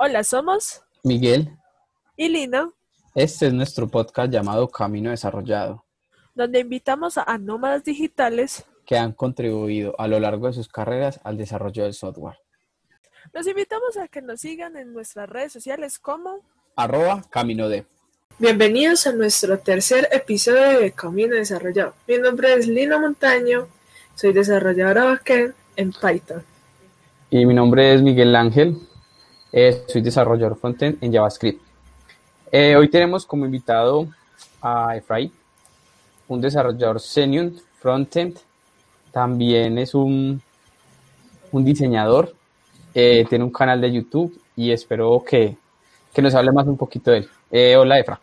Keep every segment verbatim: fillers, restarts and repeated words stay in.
Hola, somos Miguel, y Lina, este es nuestro podcast llamado Camino Desarrollado, donde invitamos a nómadas digitales. que han contribuido a lo largo de sus carreras al desarrollo del software. Los invitamos a que nos sigan en nuestras redes sociales como Arroba Camino de. Bienvenidos a nuestro tercer episodio de Camino Desarrollado. Mi nombre es Lina Montaño, soy desarrolladora backend en Python. Y mi nombre es Miguel Ángel, eh, soy desarrollador frontend en JavaScript. Eh, hoy tenemos como invitado a Efraín, un desarrollador senior frontend, también es un, un diseñador, eh, tiene un canal de YouTube y espero que, que nos hable más un poquito de él. Eh, hola, Efra.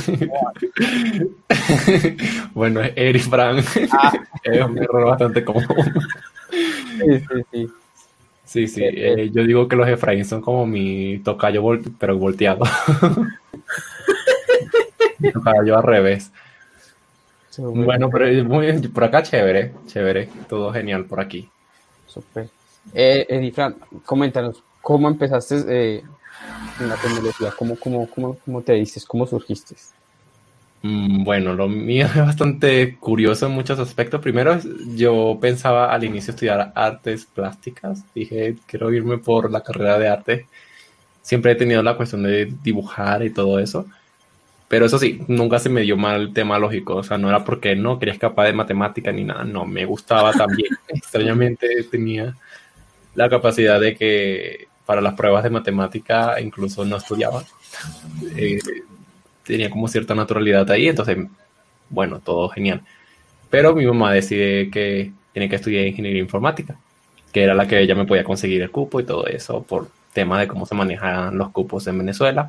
Bueno, es Eric Frank. Ah. Es un error bastante común. Sí, sí, sí. Sí, sí. Eh, yo digo que los Efraín son como mi tocayo, vol- pero volteado. Mi tocayo al revés. Super. Bueno, pero es muy, por acá chévere, chévere. Todo genial por aquí. Súper. Eh, Edifran, coméntanos, ¿cómo empezaste eh, en la tecnología? ¿Cómo, cómo, cómo, cómo te dices? ¿Cómo surgiste? Mm, Bueno, lo mío es bastante curioso en muchos aspectos. Primero, yo pensaba al inicio estudiar artes plásticas. Dije, quiero irme por la carrera de arte. Siempre he tenido la cuestión de dibujar y todo eso. Pero eso sí, nunca se me dio mal el tema lógico. O sea, no era porque no quería escapar de matemática ni nada. No, me gustaba también. Extrañamente tenía la capacidad de que para las pruebas de matemática incluso no estudiaba. Eh, tenía como cierta naturalidad ahí, entonces, bueno, todo genial. Pero mi mamá decide que tiene que estudiar ingeniería informática, que era la que ella me podía conseguir el cupo y todo eso, por tema de cómo se manejan los cupos en Venezuela.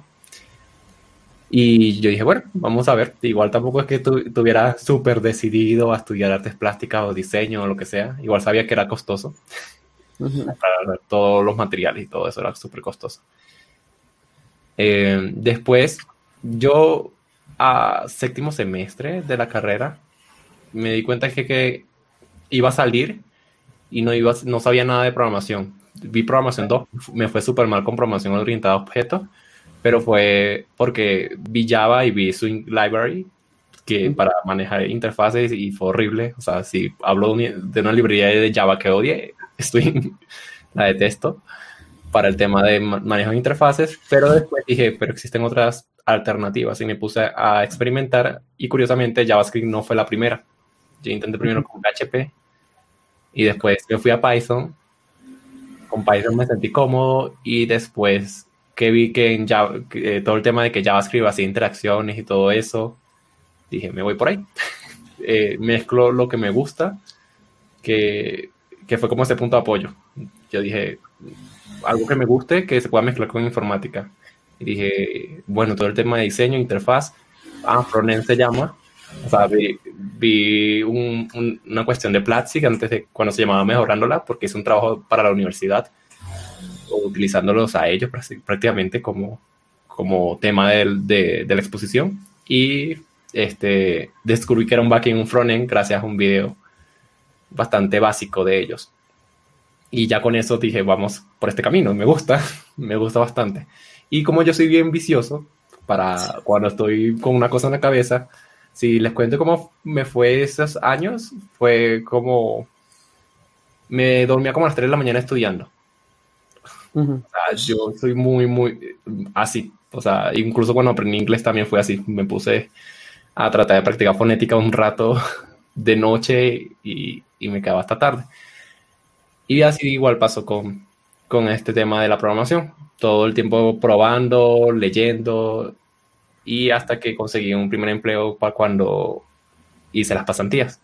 Y yo dije, bueno, vamos a ver. Igual tampoco es que tu, tuviera súper decidido a estudiar artes plásticas o diseño o lo que sea. Igual sabía que era costoso. Uh-huh. Para todos los materiales y todo eso era súper costoso. Eh, después, yo a séptimo semestre de la carrera me di cuenta que, que iba a salir y no, iba, no sabía nada de programación. Vi programación dos, me fue súper mal con programación orientada a objetos, pero fue porque vi Java y vi Swing Library, que para manejar interfaces, y fue horrible. O sea, si hablo de una, de una librería de Java que odie, Swing la detesto para el tema de manejo de interfaces, pero después dije, pero existen otras alternativas y me puse a experimentar y curiosamente JavaScript no fue la primera. Yo intenté primero con P H P y después me fui a Python. Con Python me sentí cómodo y después que vi que en Java, que, eh, todo el tema de que JavaScript hacía interacciones y todo eso, dije, me voy por ahí. eh, mezclo lo que me gusta, que, que fue como ese punto de apoyo. Yo dije, algo que me guste, que se pueda mezclar con informática. Y dije, bueno, todo el tema de diseño, interfaz, ah, frontend se llama. O sea, vi, vi un, un, una cuestión de Platzi antes de cuando se llamaba Mejorándola, porque hice un trabajo para la universidad, utilizándolos a ellos prácticamente como, como tema del, de, de la exposición. Y este, descubrí que era un backend y un frontend gracias a un video bastante básico de ellos. Y ya con eso dije, vamos por este camino, me gusta, me gusta bastante. Y como yo soy bien vicioso, para cuando estoy con una cosa en la cabeza, si les cuento cómo me fue esos años, fue como, me dormía como a las tres de la mañana estudiando. Uh-huh. O sea, yo soy muy, muy así. O sea, incluso cuando aprendí inglés también fue así. Me puse a tratar de practicar fonética un rato de noche y, y me quedaba hasta tarde. Y así igual pasó con, con este tema de la programación. Todo el tiempo probando, leyendo, y hasta que conseguí un primer empleo para cuando hice las pasantías.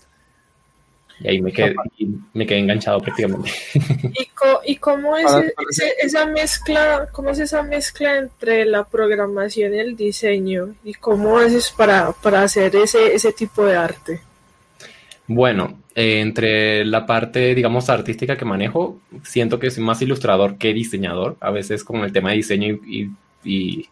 Y ahí me quedé, me quedé enganchado prácticamente. ¿Y, co y cómo es ese, esa mezcla, cómo es esa mezcla entre la programación y el diseño? ¿Y cómo haces para, para hacer ese, ese tipo de arte? Bueno, eh, entre la parte, digamos, artística que manejo, siento que soy más ilustrador que diseñador. A veces con el tema de diseño y, y,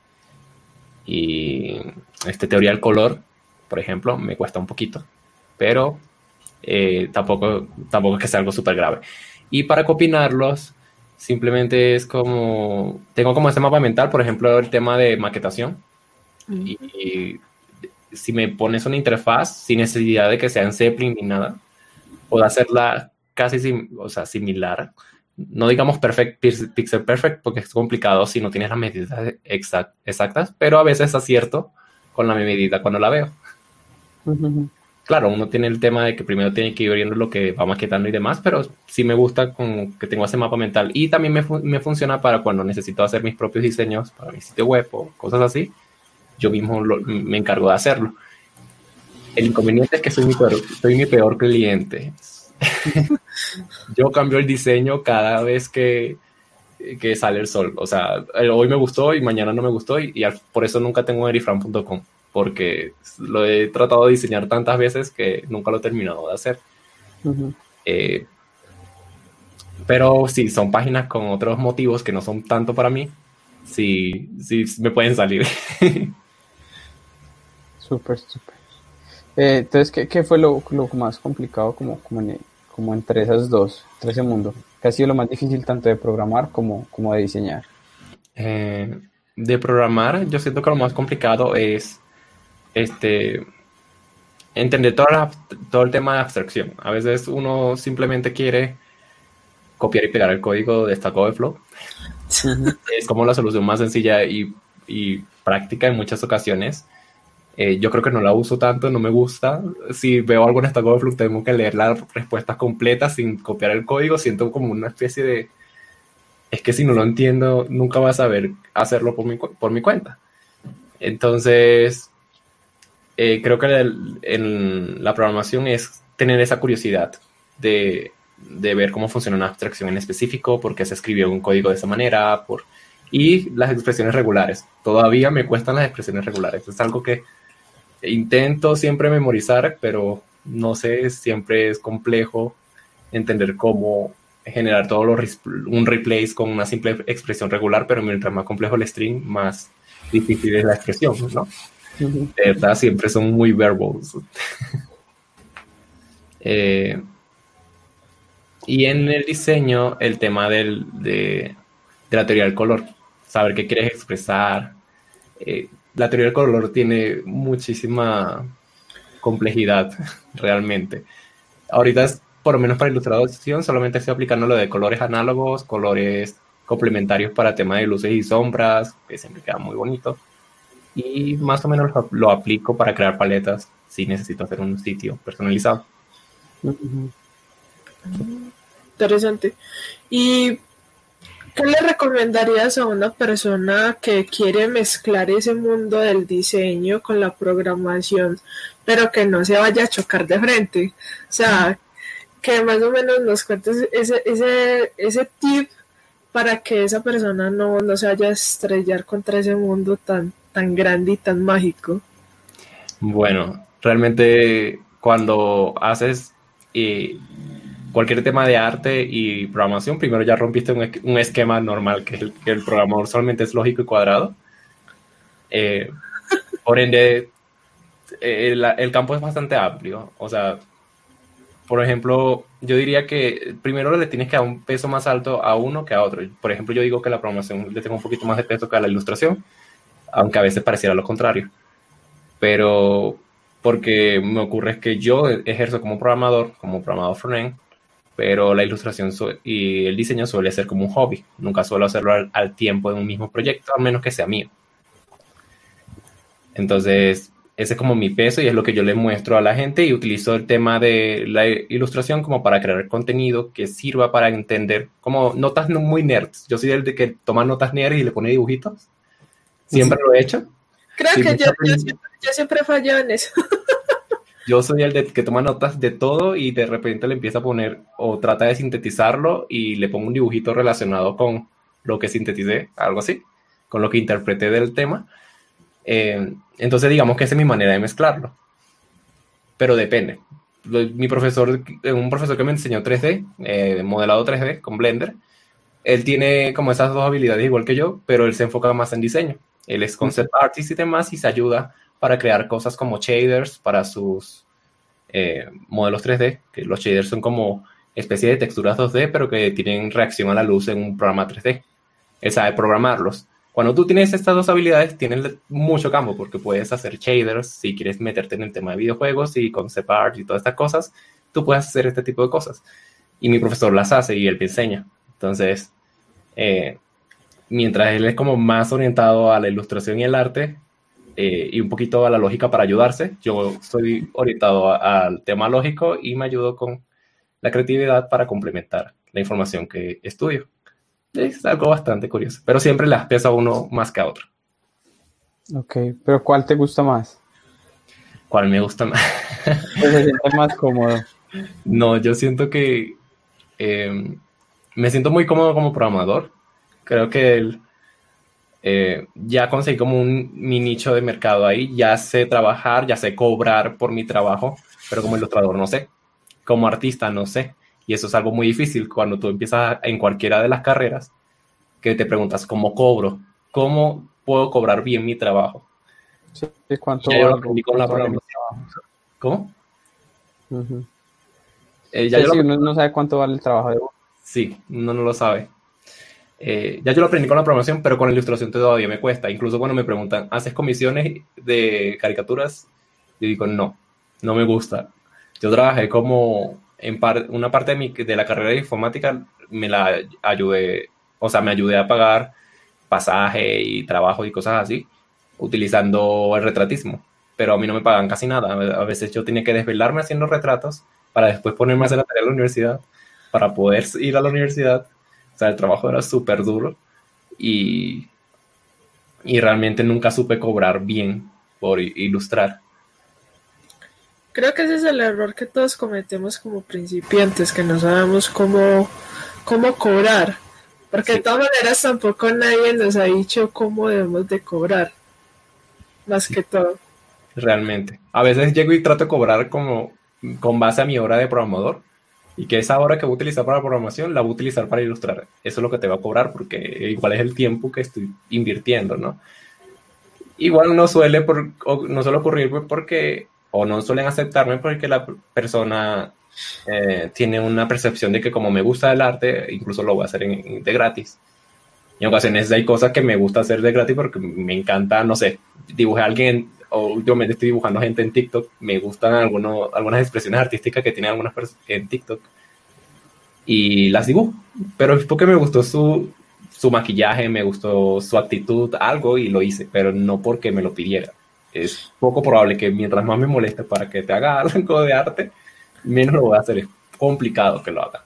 y este, teoría del color, por ejemplo, me cuesta un poquito. Pero eh, tampoco, tampoco es que sea algo súper grave. Y para combinarlos, Simplemente es como, tengo como ese mapa mental, por ejemplo, el tema de maquetación. Uh-huh. y, y si me pones una interfaz sin necesidad de que sea en Zeppelin ni nada, puedo hacerla casi sim, o sea, similar. No digamos perfect, pixel perfect, porque es complicado si no tienes las medidas exact, exactas, pero a veces acierto con la medida cuando la veo. Uh-huh. Claro, uno tiene el tema de que primero tiene que ir viendo lo que va maquetando y demás, pero sí me gusta con que tengo ese mapa mental. Y también me, me funciona para cuando necesito hacer mis propios diseños para mi sitio web o cosas así. Yo mismo lo, me encargo de hacerlo. El inconveniente es que soy mi peor, soy mi peor cliente. Yo cambio el diseño cada vez que, que sale el sol. O sea, hoy me gustó y mañana no me gustó y, y por eso nunca tengo eriframe punto com, porque lo he tratado de diseñar tantas veces que nunca lo he terminado de hacer. Uh-huh. Eh, pero sí, son páginas con otros motivos que no son tanto para mí. Sí, sí me pueden salir. Súper, súper. Eh, entonces, ¿qué, qué fue lo, lo más complicado como, como, en, como entre esas dos, entre ese mundo? ¿Qué ha sido lo más difícil tanto de programar como, como de diseñar? Eh, de programar, yo siento que lo más complicado es este, entender toda la, todo el tema de abstracción. A veces uno simplemente quiere copiar y pegar el código de Stack Overflow. Es como la solución más sencilla y, y práctica en muchas ocasiones. Eh, yo creo que no la uso tanto, no me gusta. Si veo algo en Stack Overflow, tengo que leer las respuestas completas sin copiar el código. Siento como una especie de... Es que si no lo entiendo, nunca vas a saber hacerlo por mi, por mi cuenta. Entonces, eh, creo que el, en la programación es tener esa curiosidad de, de ver cómo funciona una abstracción en específico, por qué se escribió un código de esa manera, por, y las expresiones regulares. Todavía me cuestan las expresiones regulares. Es algo que intento siempre memorizar, pero no sé, siempre es complejo entender cómo generar todo lo, un replace con una simple expresión regular, pero mientras más complejo el string, más difícil es la expresión, ¿no? Uh-huh. De verdad, siempre son muy verbals. eh, y en el diseño, el tema del, de, de la teoría del color, saber qué quieres expresar. Eh, la teoría del color tiene muchísima complejidad, realmente. Ahorita, es, por lo menos para ilustración, solamente estoy aplicando lo de colores análogos, colores complementarios para temas de luces y sombras, que siempre queda muy bonito. Y más o menos lo, lo aplico para crear paletas si necesito hacer un sitio personalizado. Uh-huh. Interesante. ¿Y qué le recomendarías a una persona que quiere mezclar ese mundo del diseño con la programación, pero que no se vaya a chocar de frente? O sea, que más o menos nos cuentes ese, ese, ese tip para que esa persona no, no se vaya a estrellar contra ese mundo tan, tan grande y tan mágico. Bueno, realmente cuando haces eh, cualquier tema de arte y programación, primero ya rompiste un, un esquema normal, que el, que el programador solamente es lógico y cuadrado. Eh, por ende, el, el campo es bastante amplio. O sea, por ejemplo, yo diría que primero le tienes que dar un peso más alto a uno que a otro. Por ejemplo, yo digo que la programación le tengo un poquito más de peso que a la ilustración, aunque a veces pareciera lo contrario. Pero porque me ocurre es que yo ejerzo como programador, como programador frontend, pero la ilustración so- y el diseño suele ser como un hobby. Nunca suelo hacerlo al, al tiempo de un mismo proyecto, al menos que sea mío. Entonces, ese es como mi peso y es lo que yo le muestro a la gente, y utilizo el tema de la ilustración como para crear contenido que sirva para entender, como notas muy nerds. Yo soy el de que toma notas nerds y le pone dibujitos. Siempre sí. Lo he hecho. Creo sí, que yo, yo, siempre, yo siempre fallo en eso. Yo soy el de que toma notas de todo y de repente le empieza a poner o trata de sintetizarlo y le pongo un dibujito relacionado con lo que sinteticé, algo así, con lo que interpreté del tema. Eh, entonces digamos que esa es mi manera de mezclarlo. Pero depende. Mi profesor, un profesor que me enseñó tres D, eh, modelado tres D con Blender, él tiene como esas dos habilidades igual que yo, pero él se enfoca más en diseño. Él es concept artist y demás y se ayuda para crear cosas como shaders para sus eh, modelos tres D, que los shaders son como especie de texturas dos D, pero que tienen reacción a la luz en un programa tres D. Él sabe programarlos. Cuando tú tienes estas dos habilidades, tienes mucho campo, porque puedes hacer shaders, si quieres meterte en el tema de videojuegos y concept art y todas estas cosas, tú puedes hacer este tipo de cosas. Y mi profesor las hace y él me enseña. Entonces, eh, mientras él es como más orientado a la ilustración y el arte, eh, y un poquito a la lógica para ayudarse, yo soy orientado a, al tema lógico y me ayudo con la creatividad para complementar la información que estudio. Es algo bastante curioso, pero siempre las pesa uno más que a otro. Ok, pero ¿cuál te gusta más? ¿Cuál me gusta más? Pues se siente más cómodo. No, yo siento que eh, me siento muy cómodo como programador. Creo que el, eh, ya conseguí como un, mi nicho de mercado ahí. Ya sé trabajar, ya sé cobrar por mi trabajo, pero como ilustrador no sé. Como artista no sé. Y eso es algo muy difícil cuando tú empiezas en cualquiera de las carreras, que te preguntas, ¿cómo cobro? ¿Cómo puedo cobrar bien mi trabajo? Sí, ¿cuánto Ya yo lo valgo? aprendí con la ¿Cuánto vale mi programación. ¿Cómo? Ujú. Eh, ya Sí, yo sí, lo uno no sabe cuánto vale el trabajo de uno. Sí, uno no lo sabe. Eh, ya yo lo aprendí con la programación, pero con la ilustración todavía me cuesta. Incluso cuando me preguntan, ¿haces comisiones de caricaturas? Yo digo, no, no me gusta. Yo trabajé como en par- una parte de, mi, de la carrera de informática, me la ayudé, o sea, me ayudé a pagar pasaje y trabajo y cosas así, utilizando el retratismo. Pero a mí no me pagan casi nada. A veces yo tenía que desvelarme haciendo retratos para después ponerme a hacer la tarea de la universidad, para poder ir a la universidad. O sea, el trabajo era súper duro y, y realmente nunca supe cobrar bien por ilustrar. Creo que ese es el error que todos cometemos como principiantes, que no sabemos cómo, cómo cobrar. Porque Sí. de todas maneras tampoco nadie nos ha dicho cómo debemos de cobrar, más que todo. Realmente. A veces llego y trato de cobrar como con base a mi hora de programador y que esa hora que voy a utilizar para programación la voy a utilizar para ilustrar. Eso es lo que te va a cobrar porque igual es el tiempo que estoy invirtiendo, ¿no? Igual no suele, por, o no suele ocurrir porque, o no suelen aceptarme porque la persona eh, tiene una percepción de que como me gusta el arte, incluso lo voy a hacer en, en, de gratis. Y en ocasiones hay cosas que me gusta hacer de gratis porque me encanta, no sé, dibujé a alguien, o últimamente estoy dibujando gente en TikTok, me gustan algunos, algunas expresiones artísticas que tienen algunas personas en TikTok y las dibujo, pero es porque me gustó su, su maquillaje, me gustó su actitud, algo y lo hice, pero no porque me lo pidiera. Es poco probable que mientras más me moleste para que te haga algo de arte, menos lo voy a hacer, es complicado que lo haga.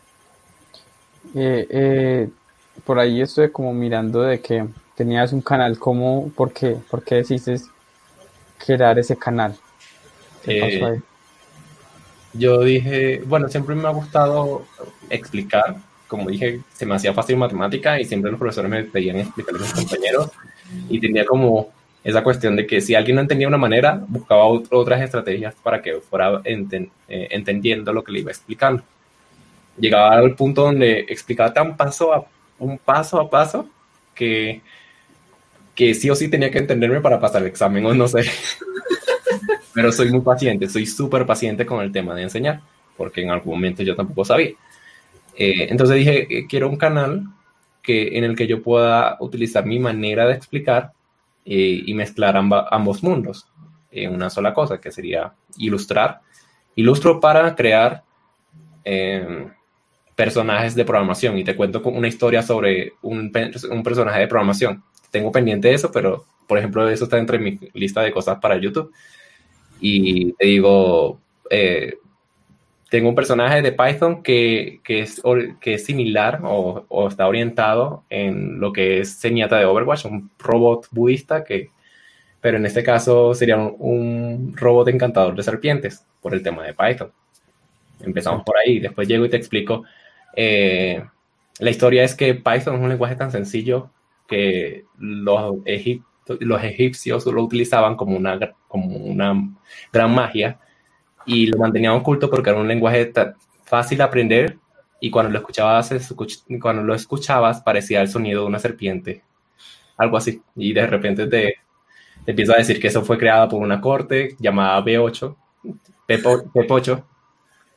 Eh, eh, por ahí estuve como mirando de que tenías un canal, ¿cómo, por qué, por qué decidiste crear ese canal? ¿Qué Eh, pasó ahí? Yo dije, bueno, siempre me ha gustado explicar, como dije, se me hacía fácil matemática y siempre los profesores me pedían explicarle a mis compañeros y tenía como esa cuestión de que si alguien no entendía una manera, buscaba otro, otras estrategias para que fuera enten, eh, entendiendo lo que le iba explicando. Llegaba al punto donde explicaba tan paso a, un paso a paso que, que sí o sí tenía que entenderme para pasar el examen o no sé. Pero soy muy paciente, soy súper paciente con el tema de enseñar, porque en algún momento yo tampoco sabía. Eh, entonces dije, eh, quiero un canal que, en el que yo pueda utilizar mi manera de explicar eh, y mezclar amba, ambos mundos en una sola cosa, que sería ilustrar. Ilustro para crear eh, personajes de programación y te cuento una historia sobre un, un personaje de programación. Tengo pendiente eso, pero por ejemplo eso está entre mi lista de cosas para YouTube. Y te digo, eh, tengo un personaje de Python que, que, es, que es similar o, o está orientado en lo que es Zenyatta de Overwatch, un robot budista, que, pero en este caso sería un, un robot encantador de serpientes por el tema de Python. Empezamos por ahí, después llego y te explico. Eh, la historia es que Python es un lenguaje tan sencillo que los egipcios los egipcios lo utilizaban como una, como una gran magia y lo mantenían oculto porque era un lenguaje fácil de aprender y cuando lo escuchabas, cuando lo escuchabas parecía el sonido de una serpiente, algo así, y de repente te, te empieza a decir que eso fue creado por una corte llamada B ocho, P ocho,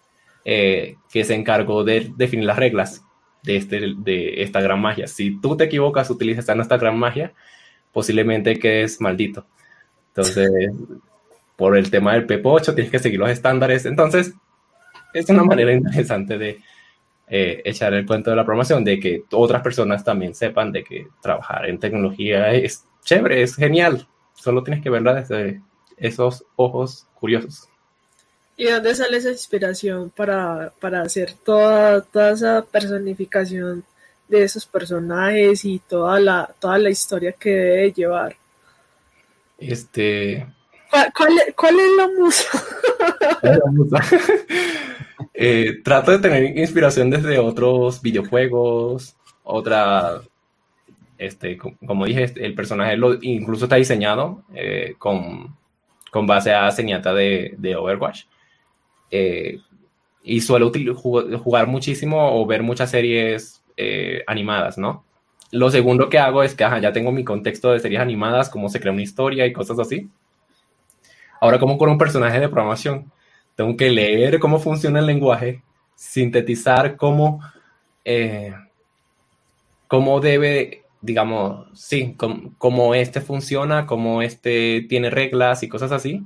eh, que se encargó de definir las reglas de, este, de esta gran magia. Si tú te equivocas utilizando esta gran magia, posiblemente quedes maldito. Entonces, por el tema del Pepo ocho, tienes que seguir los estándares. Entonces, es una manera interesante de eh, echar el cuento de la programación, de que otras personas también sepan de que trabajar en tecnología es chévere, es genial. Solo tienes que verla desde esos ojos curiosos. ¿Y dónde sale esa inspiración para, para hacer toda, toda esa personificación de esos personajes y toda la, toda la historia que debe llevar? Este... ¿Cuál, cuál, cuál es la musa? La musa. eh, trato de tener inspiración desde otros videojuegos, otra... Este, como dije, el personaje lo, incluso está diseñado eh, con, con base a Zenyatta de, de Overwatch. Eh, y suelo jugar muchísimo o ver muchas series eh, animadas, ¿no? Lo segundo que hago es que ajá, ya tengo mi contexto de series animadas, cómo se crea una historia y cosas así. Ahora, como con un personaje de programación, tengo que leer cómo funciona el lenguaje, sintetizar cómo, eh, cómo debe... digamos, sí, com, cómo este funciona, cómo este tiene reglas y cosas así.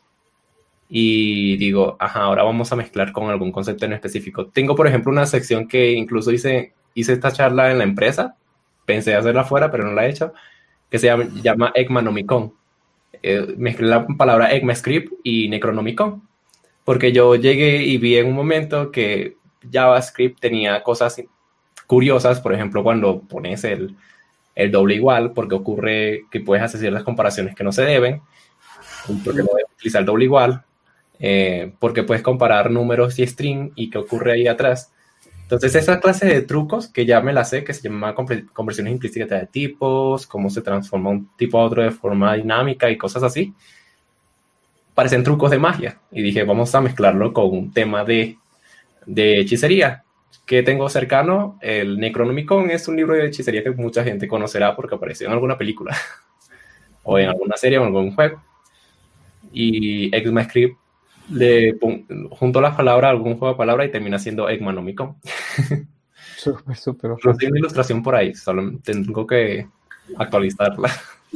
Y digo, ajá, ahora vamos a mezclar con algún concepto en específico. Tengo, por ejemplo, una sección que incluso hice, hice esta charla en la empresa. Pensé hacerla afuera, pero no la he hecho, que se llama, llama Eggmanomicon. Eh, mezclé la palabra ECMAScript y Necronomicon. Porque yo llegué y vi en un momento que JavaScript tenía cosas curiosas, por ejemplo, cuando pones el el doble igual, porque ocurre que puedes hacer ciertas comparaciones que no se deben, porque no debes utilizar el doble igual, eh, porque puedes comparar números y string y qué ocurre ahí atrás. Entonces, esa clase de trucos que ya me la sé, que se llama conversiones implícitas de tipos, cómo se transforma un tipo a otro de forma dinámica y cosas así, parecen trucos de magia. Y dije, vamos a mezclarlo con un tema de, de hechicería. Que tengo cercano, el Necronomicon es un libro de hechicería que mucha gente conocerá porque apareció en alguna película o en alguna serie o en algún juego. Y ECMAScript le junto las palabras a algún juego de palabras y termina siendo Eggmanomicon. Súper, súper. No tengo una ilustración por ahí, solo tengo que actualizarla.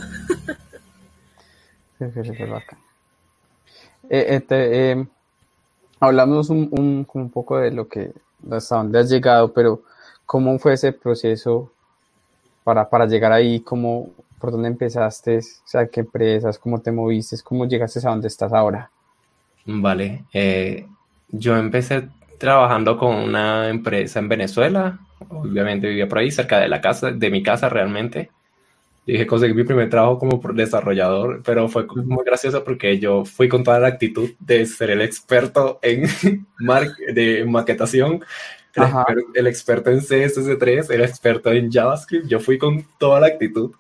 Sí, sí, sí, bacán. Eh, este, eh, hablamos un, un, un poco de lo que hasta dónde has llegado, pero ¿cómo fue ese proceso para, para llegar ahí? ¿Cómo, por dónde empezaste? O sea, ¿qué empresas? ¿Cómo te moviste? ¿Cómo llegaste a donde estás ahora? Vale, eh, yo empecé trabajando con una empresa en Venezuela, obviamente vivía por ahí, cerca de la casa, de mi casa realmente. Dije, conseguí mi primer trabajo como desarrollador, pero fue muy gracioso porque yo fui con toda la actitud de ser el experto en, mar de maquetación, el, exper el experto en C S S tres, el experto en JavaScript. Yo fui con toda la actitud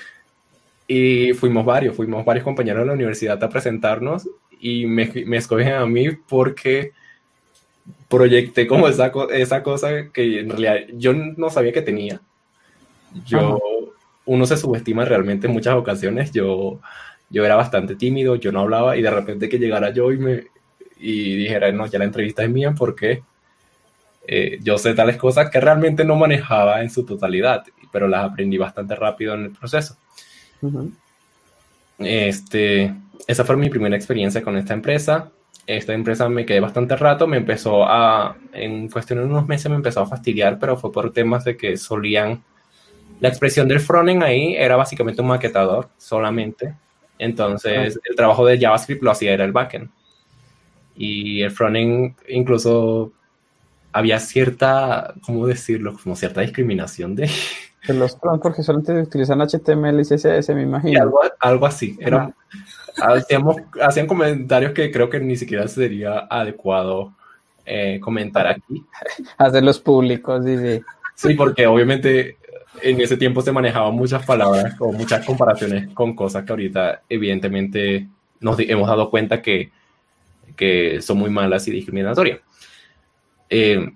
y fuimos varios, fuimos varios compañeros de la universidad a presentarnos y me, me escogen a mí porque proyecté como esa, esa cosa que en realidad yo no sabía que tenía. Yo... Ajá. Uno se subestima realmente en muchas ocasiones. Yo, yo era bastante tímido, yo no hablaba y de repente que llegara yo y me y dijera, no, ya la entrevista es mía porque eh, yo sé tales cosas que realmente no manejaba en su totalidad, pero las aprendí bastante rápido en el proceso. Uh-huh. Este, esa fue mi primera experiencia con esta empresa. Esta empresa me quedé bastante rato, me empezó a, en cuestión de unos meses me empezó a fastidiar, pero fue por temas de que solían... La expresión del frontend ahí era básicamente un maquetador solamente. Entonces, el trabajo de JavaScript lo hacía era el backend. Y el frontend incluso había cierta, ¿cómo decirlo? Como cierta discriminación de... De los frontend porque solamente utilizan H T M L y C S S, me imagino. Y algo, algo así. Era, hacíamos, hacían comentarios que creo que ni siquiera sería adecuado eh, comentar aquí. Hacerlos públicos, sí, sí. Sí, porque obviamente... En ese tiempo se manejaban muchas palabras o muchas comparaciones con cosas que ahorita evidentemente nos hemos dado cuenta que, que son muy malas y discriminatorias. Eh,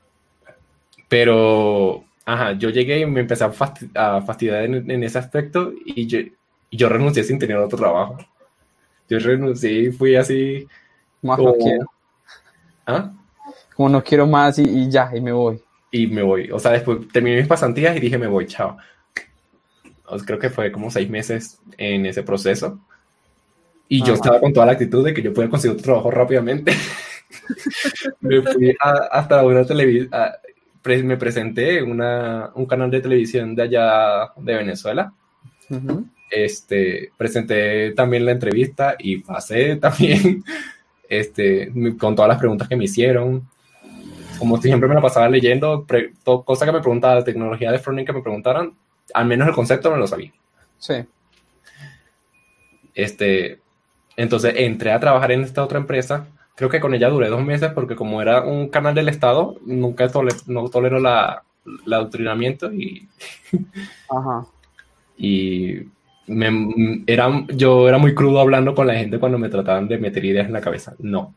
pero, ajá, yo llegué y me empecé a, fasti a fastidiar en, en ese aspecto y yo, y yo renuncié sin tener otro trabajo. Yo renuncié y fui así... Como... ¿Ah? como no quiero más y, y ya, y me voy. Y me voy. O sea, después terminé mis pasantías y dije, me voy, chao. O sea, creo que fue como seis meses en ese proceso. Y yo Ajá. estaba con toda la actitud de que yo podía conseguir otro trabajo rápidamente. Me fui a, hasta una televisión, pre me presenté en una, un canal de televisión de allá de Venezuela. Uh-huh. Este, presenté también la entrevista y pasé también este, con todas las preguntas que me hicieron. Como siempre me la pasaba leyendo, pre, todo, cosa que me preguntaba, tecnología de frontend que me preguntaran, al menos el concepto me lo sabía. Sí. Este, entonces entré a trabajar en esta otra empresa. Creo que con ella duré dos meses porque como era un canal del Estado, nunca toler, no tolero la, el adoctrinamiento y, Ajá. y me, era, yo era muy crudo hablando con la gente cuando me trataban de meter ideas en la cabeza. No.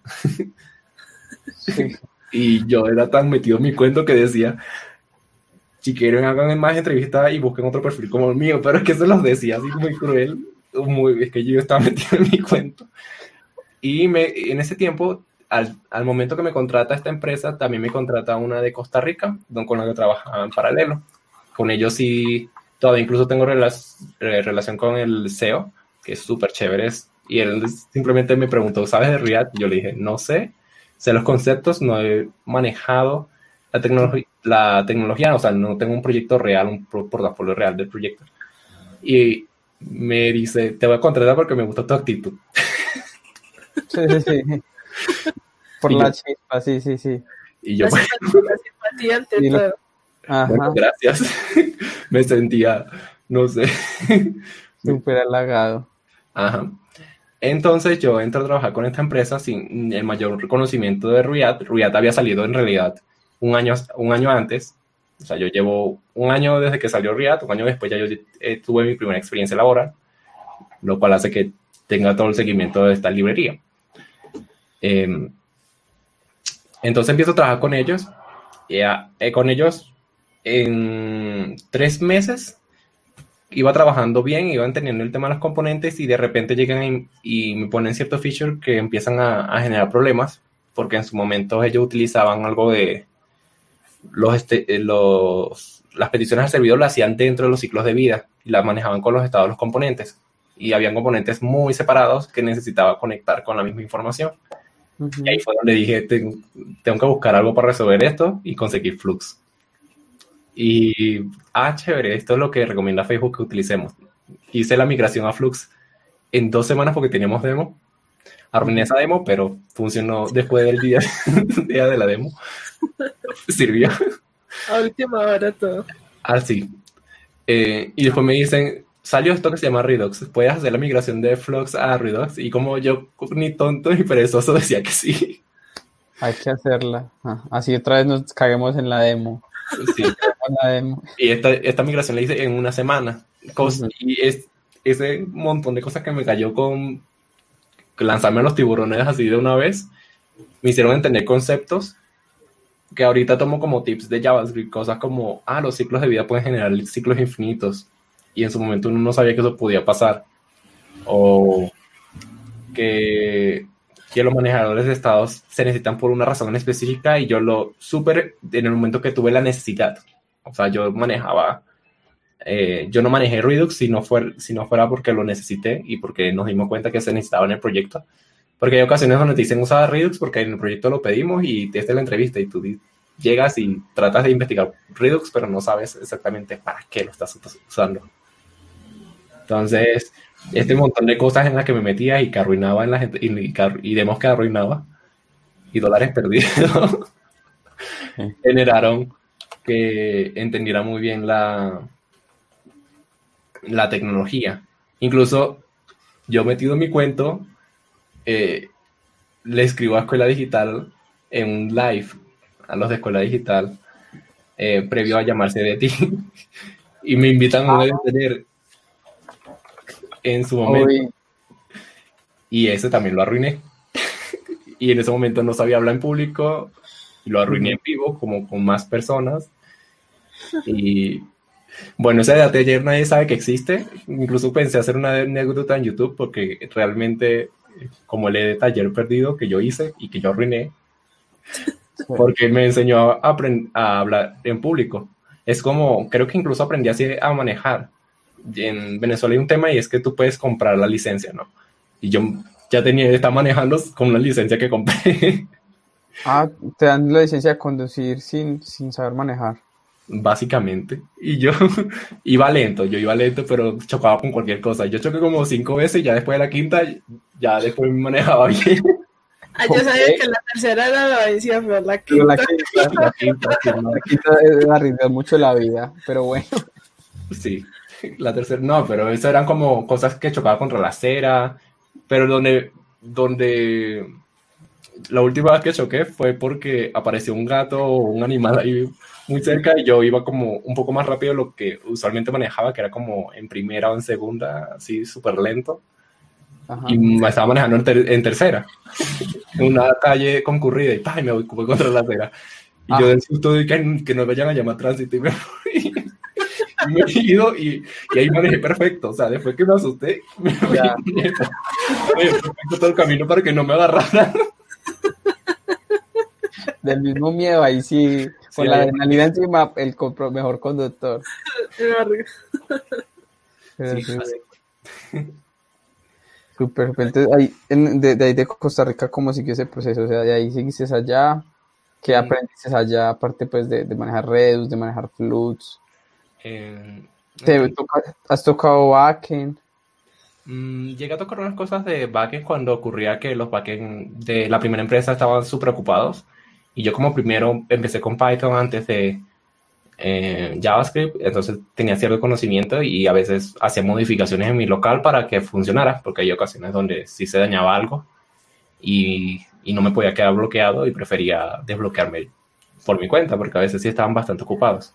Sí. Y yo era tan metido en mi cuento que decía, si quieren hagan más entrevistas y busquen otro perfil como el mío, pero es que se los decía así muy cruel, muy, es que yo estaba metido en mi cuento. Y me, en ese tiempo, al, al momento que me contrata esta empresa, también me contrata una de Costa Rica, con la que trabajaba en paralelo. Con ellos sí, todavía incluso tengo relac- relación con el C E O, que es súper chévere. Y él simplemente me preguntó, ¿sabes de React? Y yo le dije, no sé, sé los conceptos, no he manejado la, tecnolog- la tecnología, o sea, no tengo un proyecto real, un portafolio real del proyecto. Y me dice, te voy a contratar porque me gusta tu actitud. Sí, sí, sí. Por Y la yo- chispa, sí, sí, sí. Y yo, La bueno, simpatía, la simpatía ante Y lo- todo. Ajá, bueno, gracias. Me sentía, no sé. súper halagado. Ajá. Entonces yo entro a trabajar con esta empresa sin el mayor reconocimiento de React. React había salido en realidad un año, un año antes. O sea, yo llevo un año desde que salió React, un año después ya yo eh, tuve mi primera experiencia laboral, lo cual hace que tenga todo el seguimiento de esta librería. Eh, entonces empiezo a trabajar con ellos. Y, eh, con ellos en tres meses iba trabajando bien, iban teniendo el tema de los componentes y de repente llegan y, y me ponen ciertos features que empiezan a, a generar problemas porque en su momento ellos utilizaban algo de los, este, los las peticiones al servidor las hacían dentro de los ciclos de vida y las manejaban con los estados de los componentes y habían componentes muy separados que necesitaba conectar con la misma información. Uh-huh. Y ahí fue donde dije, tengo, tengo que buscar algo para resolver esto y conseguir Flux. Y, ah, chévere, esto es lo que recomienda Facebook que utilicemos. Hice la migración a Flux en dos semanas porque teníamos demo. Arruiné esa demo, pero funcionó después del día, día de la demo. Sirvió. A última hora todo. Así. Eh, y después me dicen, salió esto que se llama Redux. ¿Puedes hacer la migración de Flux a Redux? Y como yo, ni tonto ni perezoso, decía que sí. Hay que hacerla. Ah, así otra vez nos caguemos en la demo. Sí. En la demo. Y esta, esta migración la hice en una semana. Cos- Ujú. Y es, ese montón de cosas que me cayó con lanzarme a los tiburones así de una vez, me hicieron entender conceptos que ahorita tomo como tips de JavaScript, cosas como, ah, los ciclos de vida pueden generar ciclos infinitos, y en su momento uno no sabía que eso podía pasar, o que, que los manejadores de estados se necesitan por una razón específica, y yo lo supe en el momento que tuve la necesidad. O sea, yo manejaba, eh, yo no manejé Redux si no, fuera, si no fuera porque lo necesité y porque nos dimos cuenta que se necesitaba en el proyecto. Porque hay ocasiones donde te dicen usar Redux porque en el proyecto lo pedimos y te haces la entrevista y tú llegas y tratas de investigar Redux, pero no sabes exactamente para qué lo estás usando. Entonces, este montón de cosas en las que me metía y que arruinaba en la gente, y, y, y demos que arruinaba, y dólares perdidos, generaron que entendiera muy bien la, la tecnología. Incluso yo metido en mi cuento, eh, le escribo a Escuela Digital en un live a los de Escuela Digital eh, previo a llamarse de ti y me invitan a un taller en su momento. Uy. Y ese también lo arruiné y en ese momento no sabía hablar en público y lo arruiné uh-huh. en vivo como con más personas y bueno, ese de taller nadie sabe que existe. Incluso pensé hacer una anécdota en YouTube porque realmente como el de taller perdido que yo hice y que yo arruiné, porque me enseñó a, aprend- a hablar en público. Es como, creo que incluso aprendí así a manejar. En Venezuela hay un tema y es que tú puedes comprar la licencia, ¿no? Y yo ya tenía, estaba manejando con una licencia que compré. Ah, te dan la licencia de conducir sin, sin saber manejar. Básicamente. Y yo iba lento, yo iba lento, pero chocaba con cualquier cosa. Yo choqué como cinco veces y ya después de la quinta, ya después me manejaba bien. Ah, yo sabía Ok. que la tercera era la vencida, pero la Pero la quinta. quinta, La quinta, sí, no. la quinta es arriesgar mucho la vida, pero bueno. Sí, la tercera, no, pero eso eran como cosas que chocaba contra la acera, pero donde, donde la última vez que choqué fue porque apareció un gato o un animal ahí muy cerca y yo iba como un poco más rápido de lo que usualmente manejaba, que era como en primera o en segunda, así súper lento, Ajá. y me estaba manejando en, ter- en tercera, en una calle concurrida y, ¡pah! Y me voy, voy contra la acera. Y Ah. yo del susto de que, que nos vayan a llamar tránsito y me fui. Y me he ido y, y ahí manejé perfecto. O sea, después que me asusté, me fui Ya. manejé perfecto todo el camino para que no me agarraran. Del mismo miedo, ahí sí, con Sí, la ahí- adrenalina encima, el compro- mejor conductor. Pero Sí, sí, así. súper. Entonces, ahí, en- de, de ahí de Costa Rica, ¿cómo siguió ese proceso? O sea, de ahí seguiste allá, ¿qué Mm. aprendiste allá, aparte pues de, de manejar Redux, de manejar Flux? Eh, ¿Te toca- has tocado backend? mm, llegué a tocar unas cosas de backend cuando ocurría que los backend de la primera empresa estaban súper ocupados. Y yo como primero empecé con Python antes de eh, JavaScript, entonces tenía cierto conocimiento y a veces hacía modificaciones en mi local para que funcionara, porque hay ocasiones donde sí se dañaba algo y, y no me podía quedar bloqueado y prefería desbloquearme por mi cuenta, porque a veces sí estaban bastante ocupados.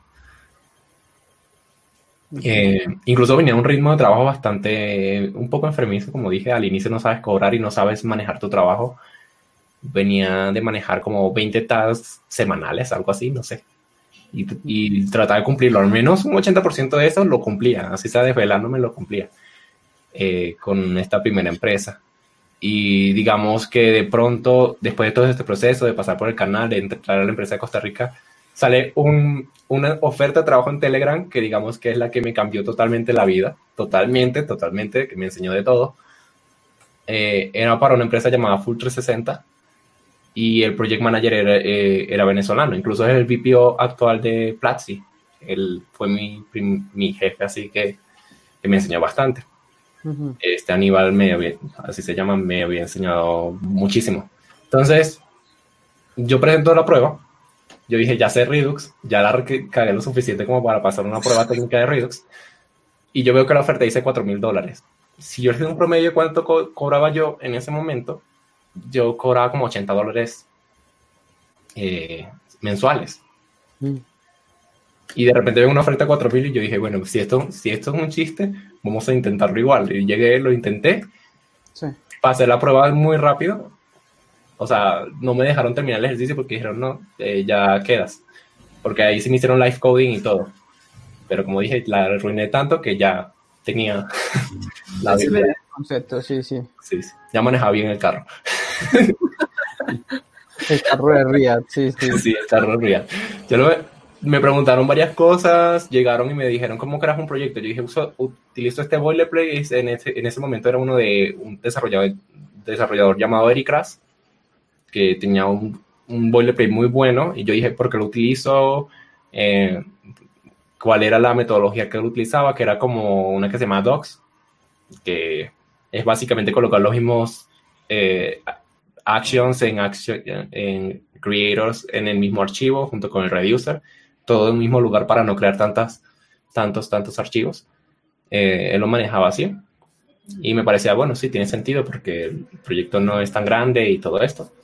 Eh, incluso venía a un ritmo de trabajo bastante, un poco enfermizo, como dije, al inicio no sabes cobrar y no sabes manejar tu trabajo. Venía de manejar como veinte tasks semanales, algo así, no sé. Y, y trataba de cumplirlo, al menos un ochenta por ciento de eso lo cumplía, así sea desvelándome lo cumplía eh, con esta primera empresa. Y digamos que de pronto, después de todo este proceso, de pasar por el canal, de entrar a la empresa de Costa Rica, sale un, una oferta de trabajo en Telegram que digamos que es la que me cambió totalmente la vida, totalmente, totalmente, que me enseñó de todo. Eh, era para una empresa llamada Full trescientos sesenta y el project manager era, eh, era venezolano, incluso es el V P O actual de Platzi. Él fue mi, mi jefe, así que, que me enseñó bastante. Uh-huh. Este Aníbal me había, así se llama, me había enseñado muchísimo. Entonces, yo presento la prueba, yo dije, ya sé Redux, ya la cagué lo suficiente como para pasar una prueba técnica de Redux, y yo veo que la oferta dice cuatro mil dólares. Si yo le doy un promedio de cuánto co cobraba yo en ese momento, yo cobraba como ochenta dólares eh, mensuales. Mm. Y de repente veo una oferta de cuatro mil y yo dije, bueno, si esto, si esto es un chiste, vamos a intentarlo igual. Y llegué, lo intenté, sí. Pasé la prueba muy rápido. O sea, no me dejaron terminar el ejercicio porque dijeron, no, eh, ya quedas. Porque ahí sí me hicieron live coding y todo. Pero como dije, la arruiné tanto que ya tenía la sí, el concepto, sí, sí. Sí, sí. Ya manejaba bien el carro. El carro de Riyadh, sí, sí. Sí, el carro de Riyadh. Yo lo, me preguntaron varias cosas, llegaron y me dijeron cómo creas un proyecto. Yo dije, uso, utilizo este boilerplate. En ese, en ese momento era uno de un desarrollador, desarrollador llamado Eric Ras, que tenía un, un boilerplate muy bueno. Y yo dije, ¿por qué lo utilizo? Eh, ¿Cuál era la metodología que él utilizaba? Que era como una que se llama Docs, que es básicamente colocar los mismos eh, actions en, action, en creators en el mismo archivo junto con el reducer, todo en un mismo lugar para no crear tantas, tantos, tantos archivos. Eh, él lo manejaba así y me parecía, bueno, sí, tiene sentido porque el proyecto no es tan grande y todo esto.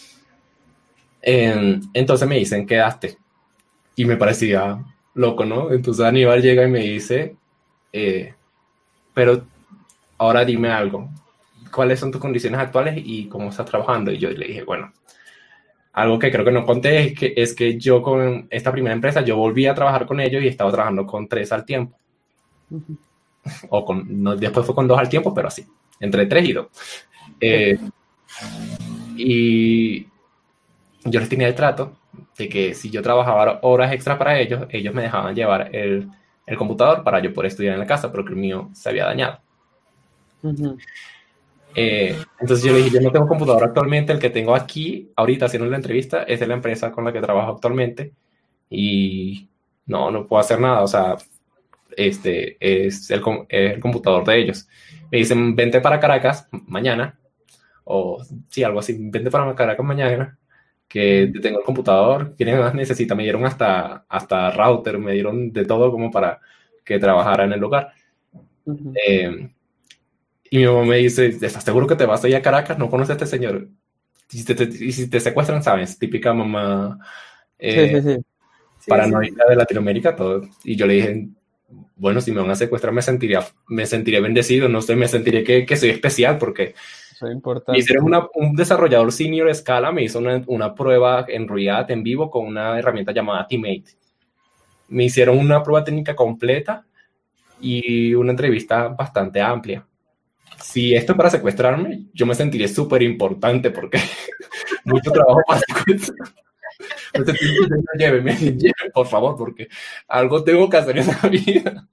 Eh, entonces me dicen, quedaste. Y me parecía loco, ¿no? Entonces Aníbal llega y me dice, eh, pero ahora dime algo, ¿cuáles son tus condiciones actuales y cómo estás trabajando? Y yo le dije, bueno, algo que creo que no conté es que, es que yo con esta primera empresa, yo volví a trabajar con ellos y estaba trabajando con tres al tiempo. Uh-huh. O con, no, después fue con dos al tiempo, pero así, entre tres y dos. Eh, y, yo les tenía el trato de que si yo trabajaba horas extra para ellos, ellos me dejaban llevar el, el computador para yo poder estudiar en la casa, porque el mío se había dañado. Ujú. Eh, entonces yo le dije, yo no tengo computador actualmente, el que tengo aquí, ahorita haciendo la entrevista, es de la empresa con la que trabajo actualmente, y no, no puedo hacer nada, o sea, este es el, el computador de ellos. Me dicen, vente para Caracas mañana, o sí, algo así, vente para Caracas mañana, que tengo el computador, ¿quién más necesita? Me dieron hasta, hasta router, me dieron de todo como para que trabajara en el lugar. Ujú. Eh, y mi mamá me dice, ¿estás seguro que te vas a ir a Caracas? ¿No conoces a este señor? Y si te, te, y si te secuestran, ¿sabes? Típica mamá Sí, eh, sí, sí. Sí, paranoica de Latinoamérica, todo. Y yo le dije, bueno, si me van a secuestrar me sentiría, me sentiré bendecido, no sé, me sentiré que, que soy especial porque Eso es me importante. hicieron una, un desarrollador senior a escala, me hizo una, una prueba en React en vivo con una herramienta llamada Teammate. Me hicieron una prueba técnica completa y una entrevista bastante amplia. Si esto es para secuestrarme, yo me sentiré súper importante porque mucho trabajo para secuestrar. Entonces, lléveme, lléveme, por favor, porque algo tengo que hacer en la vida.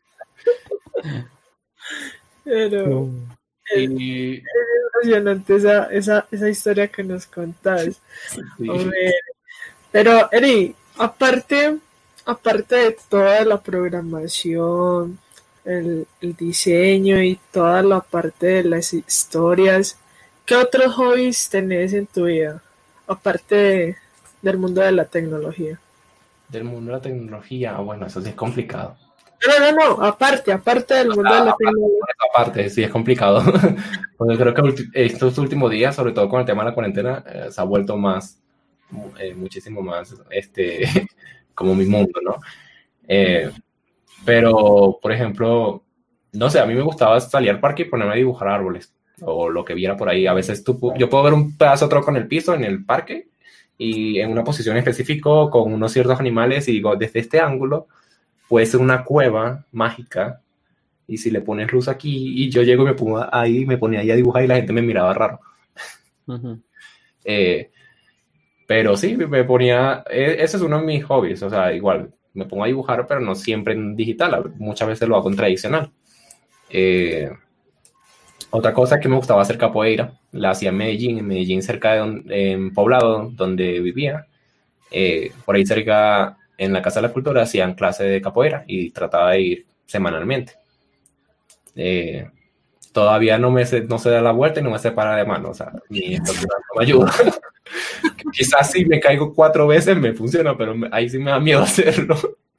Pero No. es, Y, es impresionante esa, esa, esa historia que nos contás. sí. A ver, pero Eri, aparte, aparte de toda la programación, el, el diseño y toda la parte de las historias, ¿qué otros hobbies tenés en tu vida? Aparte de- del mundo de la tecnología. Del mundo de la tecnología, bueno, eso sí es complicado. No, no, no, aparte, aparte del mundo de la tecnología. Por esa parte, sí es complicado. Porque creo que ulti- estos últimos días, sobre todo con el tema de la cuarentena, eh, se ha vuelto más, eh, muchísimo más, este, como mi mundo, ¿no? Eh, pero, por ejemplo, no sé, a mí me gustaba salir al parque y ponerme a dibujar árboles o lo que viera por ahí. A veces tú, pu- yo puedo ver un pedazo de tronco en el piso, en el parque, y en una posición específica con unos ciertos animales y digo, desde este ángulo puede ser una cueva mágica y si le pones luz aquí y yo llego y me pongo ahí, me ponía ahí a dibujar y la gente me miraba raro. Ujú. Eh, pero sí, me ponía, eh, ese es uno de mis hobbies, o sea, igual, me pongo a dibujar, pero no siempre en digital, muchas veces lo hago en tradicional. Eh, otra cosa que me gustaba hacer capoeira, la hacía en Medellín, en Medellín cerca de don, en Poblado, donde vivía. Eh, por ahí cerca, en la Casa de la Cultura, hacían clase de capoeira y trataba de ir semanalmente. Eh, todavía no me sé, no se da la vuelta y no me separa de mano, o sea, mi estatura no me ayuda. Quizás si me caigo cuatro veces me funciona, pero me, ahí sí me da miedo hacerlo.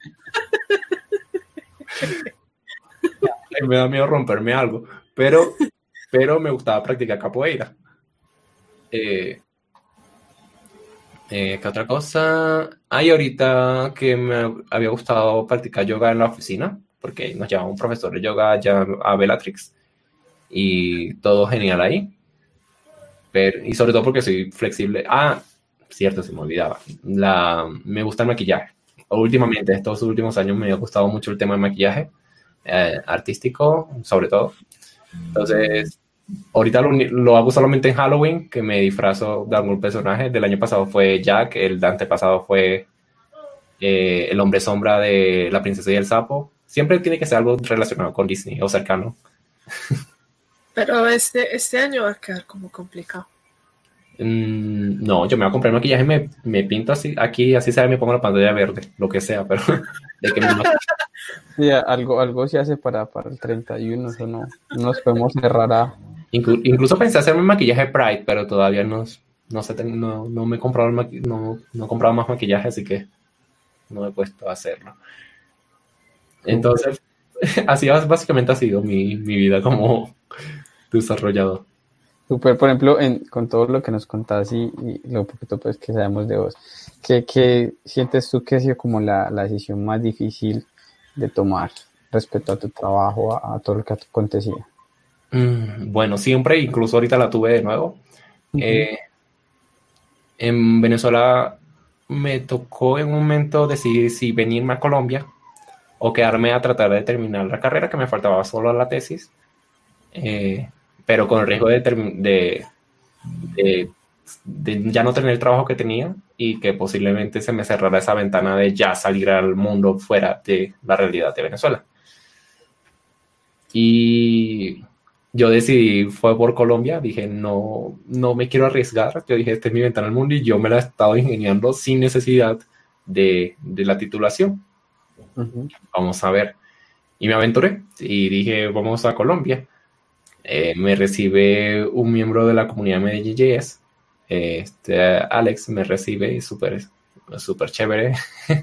Ahí me da miedo romperme algo, pero, pero me gustaba practicar capoeira. Eh, eh, ¿Qué otra cosa? Hay ahorita que me había gustado practicar yoga en la oficina, porque nos llevaba un profesor de yoga ya a Bellatrix y todo genial ahí. Pero, y sobre todo porque soy flexible. Ah, cierto, se me olvidaba. La, me gusta el maquillaje. Últimamente, estos últimos años me ha gustado mucho el tema del maquillaje eh, artístico, sobre todo. Entonces, ahorita lo, lo hago solamente en Halloween, que me disfrazo de algún personaje. Del año pasado fue Jack, el antepasado fue eh, el hombre sombra de La princesa y el sapo. Siempre tiene que ser algo relacionado con Disney o cercano. Pero este, este año va a quedar como complicado. Mm, no, yo me voy a comprar maquillaje, me, me pinto así, aquí, así sea, me pongo la pantalla verde, lo que sea, pero de que me Sí, algo, algo se hace para, para el treinta y uno, eso no, no nos podemos cerrar a... Inclu- incluso pensé hacerme maquillaje Pride, pero todavía no, no, sé, no, no me he comprado el maqui- no, no he comprado más maquillaje, así que no he puesto a hacerlo. Entonces, así bas- básicamente ha sido mi, mi vida como desarrollador. Super, por ejemplo, en, con todo lo que nos contás y, y lo poquito pues que sabemos de vos, ¿qué, qué sientes tú que ha sido como la, la decisión más difícil de tomar respecto a tu trabajo, a, a todo lo que te acontecía? Mm, bueno, siempre, incluso ahorita la tuve de nuevo. Uh-huh. Eh, en Venezuela me tocó en un momento decidir si venirme a Colombia o quedarme a tratar de terminar la carrera, que me faltaba solo la tesis, eh, pero con el riesgo de, de, de de ya no tener el trabajo que tenía y que posiblemente se me cerrara esa ventana de ya salir al mundo fuera de la realidad de Venezuela. Y yo decidí, fue por Colombia, dije, no, no me quiero arriesgar. Yo dije, esta es mi ventana al mundo y yo me la he estado ingeniando sin necesidad de, de la titulación. Uh-huh. Vamos a ver. Y me aventuré y dije, vamos a Colombia. Eh, me recibe un miembro de la comunidad de Medellín J S. Este, Alex me recibe súper súper chévere.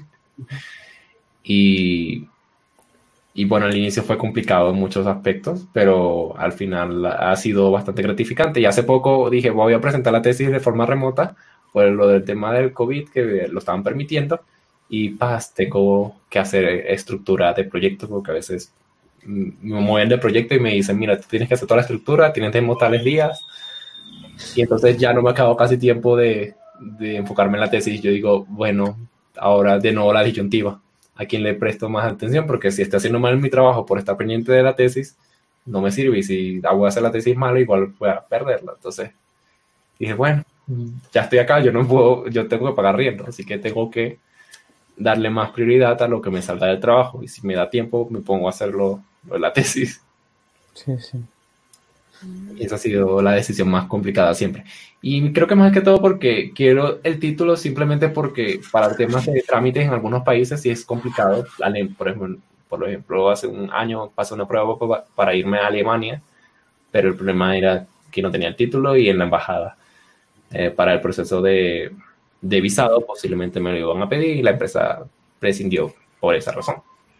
y, y bueno, al inicio fue complicado en muchos aspectos, pero al final ha sido bastante gratificante. Y hace poco dije, voy a presentar la tesis de forma remota por lo del tema del COVID, que lo estaban permitiendo. Y paz, tengo que hacer estructura de proyectos, porque a veces me mueven de proyecto y me dicen, mira, tú tienes que hacer toda la estructura, tienes que tales días. Y entonces ya no me ha quedado casi tiempo de, de enfocarme en la tesis. Yo digo, bueno, ahora de nuevo la disyuntiva. ¿A quién le presto más atención? Porque si estoy haciendo mal mi trabajo por estar pendiente de la tesis, no me sirve. Y si voy a hacer la tesis mal, igual voy a perderla. Entonces dije, bueno, ya estoy acá, yo no puedo, yo tengo que pagar riendo, así que tengo que darle más prioridad a lo que me salga del trabajo. Y si me da tiempo, me pongo a hacerlo lo de la tesis. Sí, sí. Y esa ha sido la decisión más complicada siempre. Y creo que más que todo porque quiero el título simplemente porque para temas de trámites en algunos países sí es complicado. Por ejemplo, por ejemplo hace un año pasé una prueba para irme a Alemania, pero el problema era que no tenía el título y en la embajada eh, para el proceso de, de visado posiblemente me lo iban a pedir y la empresa prescindió por esa razón.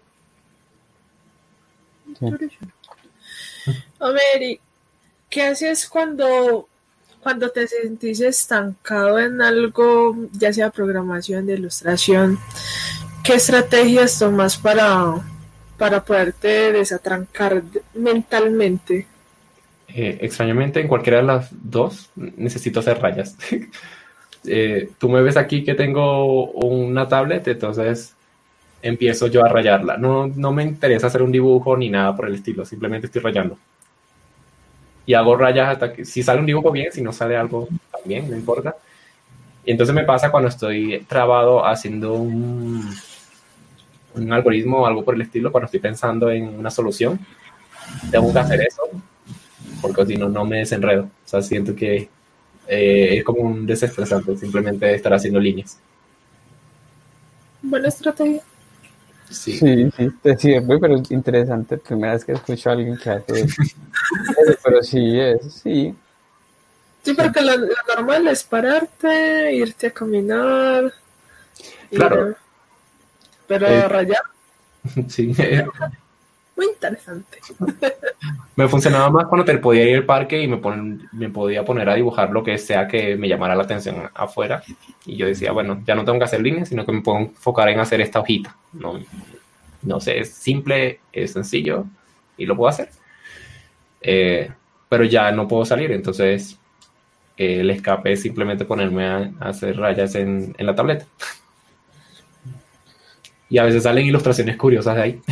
Sí. A ver, ¿qué haces cuando, cuando te sentís estancado en algo, ya sea programación, de ilustración? ¿Qué estrategias tomas para, para poderte desatrancar mentalmente? Eh, extrañamente, en cualquiera de las dos necesito hacer rayas. eh, tú me ves aquí que tengo una tablet, entonces empiezo yo a rayarla. No, no me interesa hacer un dibujo ni nada por el estilo, simplemente estoy rayando. Y hago rayas hasta que, si sale un dibujo bien, si no sale algo también, no importa. Y entonces me pasa cuando estoy trabado haciendo un, un algoritmo o algo por el estilo, cuando estoy pensando en una solución, tengo que hacer eso, porque si no, no me desenredo. O sea, siento que eh, es como un desestresante simplemente estar haciendo líneas. Buena estrategia. Sí, sí, sí, te sirve, pero es interesante. Primera vez que escucho a alguien que hace eso. Pero sí, es, sí. Sí, porque lo, lo normal es pararte, irte a caminar. Claro. Ir, pero eh, rayar. Sí. Muy interesante. Me funcionaba más cuando te podía ir al parque y me, pon, me podía poner a dibujar lo que sea que me llamara la atención afuera. Y yo decía, bueno, ya no tengo que hacer líneas, sino que me puedo enfocar en hacer esta hojita. No, no sé, es simple, es sencillo y lo puedo hacer. Eh, pero ya no puedo salir, entonces eh, el escape es simplemente ponerme a, a hacer rayas en, en la tableta. Y a veces salen ilustraciones curiosas de ahí.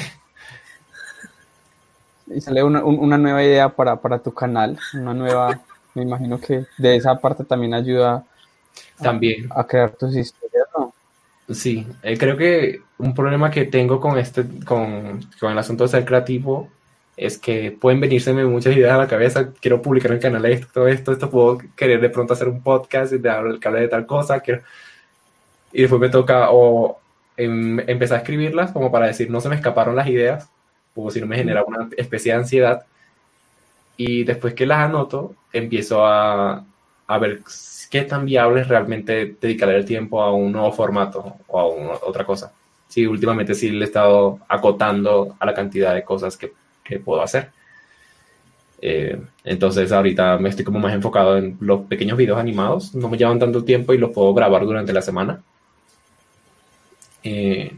Y sale una, una nueva idea para, para tu canal, una nueva, me imagino que de esa parte también ayuda a, también. a crear tus historias, ¿no? Sí, eh, creo que un problema que tengo con este, con, con el asunto de ser creativo es que pueden venírseme muchas ideas a la cabeza. Quiero publicar en el canal esto, todo esto, esto, puedo querer de pronto hacer un podcast y de hablar de tal cosa, quiero... y después me toca o em, empezar a escribirlas como para decir, no se me escaparon las ideas, o si no me genera una especie de ansiedad, y después que las anoto, empiezo a, a ver qué tan viable es realmente dedicarle el tiempo a un nuevo formato o a una, otra cosa. Sí, últimamente sí le he estado acotando a la cantidad de cosas que, que puedo hacer. Eh, entonces ahorita me estoy como más enfocado en los pequeños videos animados, no me llevan tanto tiempo y los puedo grabar durante la semana. Eh,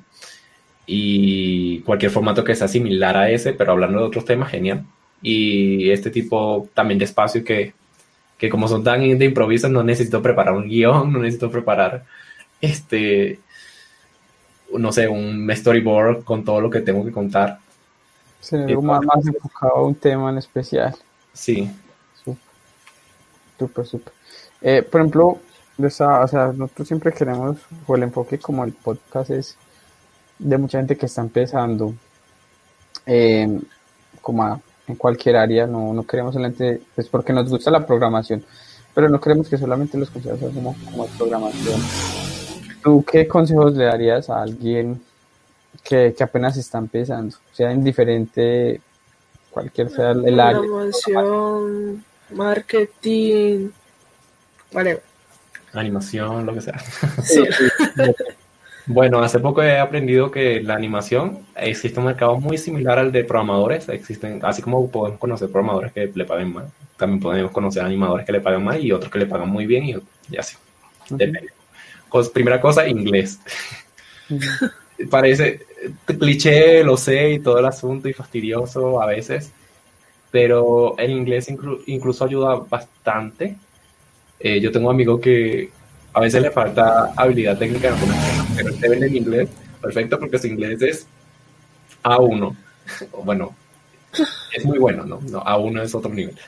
y cualquier formato que sea similar a ese, pero hablando de otros temas, genial. Y este tipo también de espacio que, que como son tan de improviso, no necesito preparar un guión, no necesito preparar este, no sé, un storyboard con todo lo que tengo que contar. Sí, algo más, más enfocado a un tema en especial. Sí. Súper, súper. Eh, por ejemplo, esa- o sea, nosotros siempre queremos, o el enfoque como el podcast es de mucha gente que está empezando, eh, como a- en cualquier área, no, no queremos solamente, es porque nos gusta la programación, pero no queremos que solamente los consejos sean como, como de programación. ¿Tú qué consejos le darías a alguien que, que apenas está empezando? Sea indiferente, cualquier sea el el área. Programación, marketing, vale. Animación, lo que sea. Sí. Sí, sí, Bueno, hace poco he aprendido que la animación existe un mercado muy similar al de programadores. Existen, así como podemos conocer programadores que le paguen mal, también podemos conocer animadores que le pagan mal y otros que le pagan muy bien y, y así. ujú, Depende. Cos- primera cosa, inglés. ujú. Parece cliché, lo sé, y todo el asunto y fastidioso a veces, pero el inglés inclu- incluso ayuda bastante. Eh, yo tengo un amigo que a veces le falta habilidad técnica en algunas cosas, pero este vende en inglés perfecto porque su inglés es A uno. O bueno, es muy bueno, ¿no? No, A uno es otro nivel.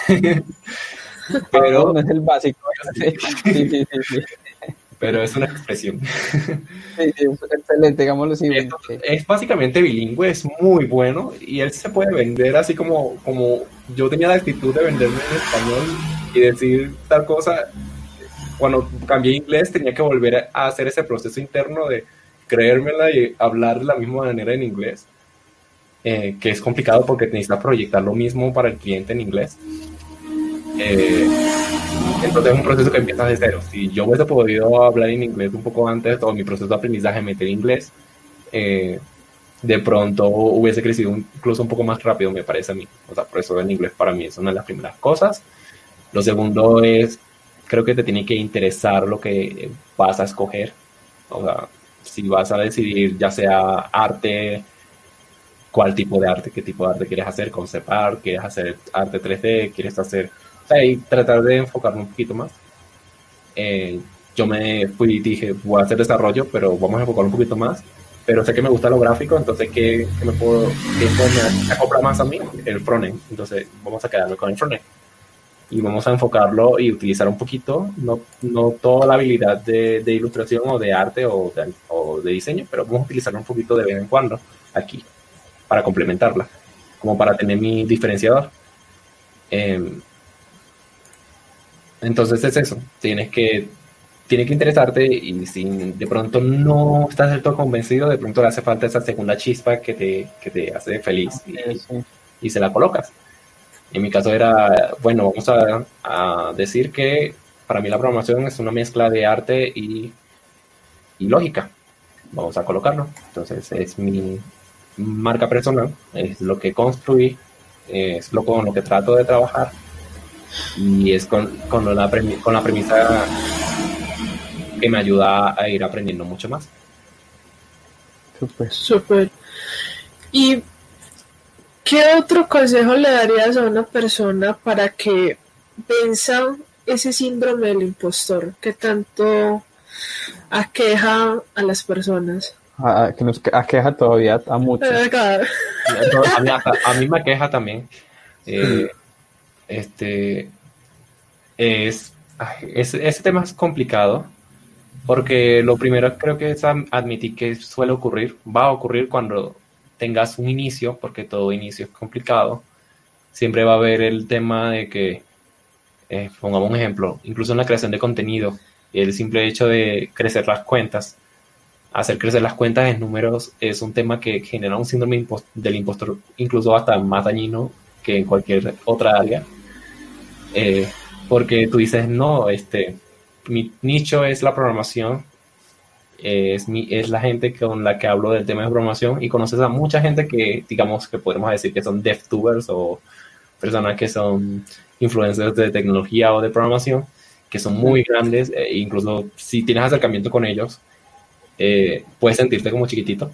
Ah, Pero, no es el básico. Sí, sí, sí, sí, sí. pero es una expresión. Sí, sí, es excelente, digámoslo así. Esto Sí. es básicamente bilingüe, es muy bueno y él se puede vender así como, como yo tenía la actitud de venderme en español y decir tal cosa. Cuando cambié a inglés tenía que volver a hacer ese proceso interno de creérmela y hablar de la misma manera en inglés, eh, que es complicado porque necesitas proyectar lo mismo para el cliente en inglés. Eh, entonces es un proceso que empiezas de cero. Si yo hubiese podido hablar en inglés un poco antes, todo mi proceso de aprendizaje, meter inglés, eh, de pronto hubiese crecido incluso un poco más rápido, me parece a mí. O sea, por eso el inglés para mí es una de las primeras cosas. Lo segundo es, creo que te tiene que interesar lo que vas a escoger. O sea, si vas a decidir ya sea arte, cuál tipo de arte, qué tipo de arte quieres hacer, concept art, quieres hacer arte tres D, quieres hacer... O sea, y tratar de enfocarme un poquito más. Eh, yo me fui y dije, voy a hacer desarrollo, pero vamos a enfocar un poquito más. Pero sé que me gusta lo gráfico, entonces, ¿qué, qué me puedo, qué me acopla más a mí? El frontend. Entonces, vamos a quedarme con el frontend. Y vamos a enfocarlo y utilizar un poquito, no, no toda la habilidad de, de ilustración o de arte o de, o de diseño, pero vamos a utilizarlo un poquito de vez en cuando aquí, para complementarla, como para tener mi diferenciador. Eh, entonces es eso, tienes que, tiene que interesarte y si de pronto no estás del todo convencido, de pronto le hace falta esa segunda chispa que te, que te hace feliz y, Sí, sí. y se la colocas. En mi caso era, bueno, vamos a, a decir que para mí la programación es una mezcla de arte y, y lógica. Vamos a colocarlo. Entonces es mi marca personal, es lo que construí, es lo con lo que trato de trabajar y es con, con, la, premi- con la premisa que me ayuda a ir aprendiendo mucho más. Súper. Súper. ¿Y qué otro consejo le darías a una persona para que venza ese síndrome del impostor que tanto aqueja a las personas? Ah, que nos que- aqueja todavía a muchos. Eh, claro. A mí, hasta- a mí me queja también. Eh, este es, ay, es, ese tema es complicado porque lo primero creo que es am- admitir que suele ocurrir, va a ocurrir cuando tengas un inicio, porque todo inicio es complicado. Siempre va a haber el tema de que, eh, pongamos un ejemplo, incluso en la creación de contenido, el simple hecho de crecer las cuentas, hacer crecer las cuentas en números es un tema que genera un síndrome impos- del impostor incluso hasta más dañino que en cualquier otra área. Eh, porque tú dices, no, este, mi nicho es la programación, eh, es, mi, es la gente con la que hablo del tema de programación y conoces a mucha gente que, digamos, que podemos decir que son devtubers o personas que son influencers de tecnología o de programación, que son muy grandes, e incluso si tienes acercamiento con ellos, eh, puedes sentirte como chiquitito.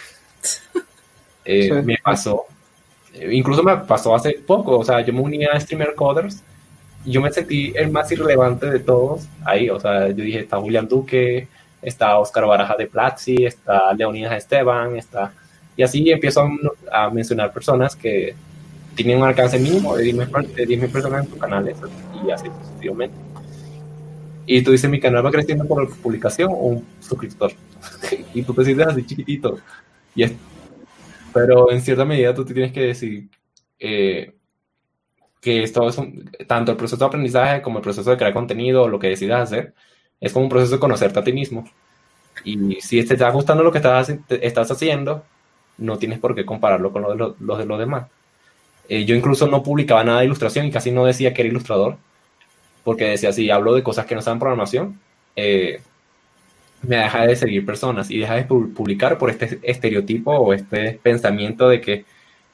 Eh, Sí, me pasó, eh, incluso me pasó hace poco, o sea, yo me uní a Streamer Coders y yo me sentí el más irrelevante de todos ahí, o sea, yo dije, está Julián Duque, está Oscar Baraja de Platzi, está Leonidas Esteban, está... Y así empiezo a, a mencionar personas que, tiene un alcance mínimo de diez mil personas en tu canal, eso, y así sucesivamente. Y tú dices, mi canal va creciendo por publicación o un suscriptor. Y tú te sientes así chiquitito. Y es, pero en cierta medida tú te tienes que decir eh, que esto es un, tanto el proceso de aprendizaje como el proceso de crear contenido o lo que decidas hacer, es como un proceso de conocerte a ti mismo. Y si te está gustando lo que estás, estás haciendo, no tienes por qué compararlo con los de los, los, de los demás. Eh, yo incluso no publicaba nada de ilustración y casi no decía que era ilustrador, porque decía, si hablo de cosas que no saben programación, eh, me deja de seguir personas y deja de publicar por este estereotipo o este pensamiento de que,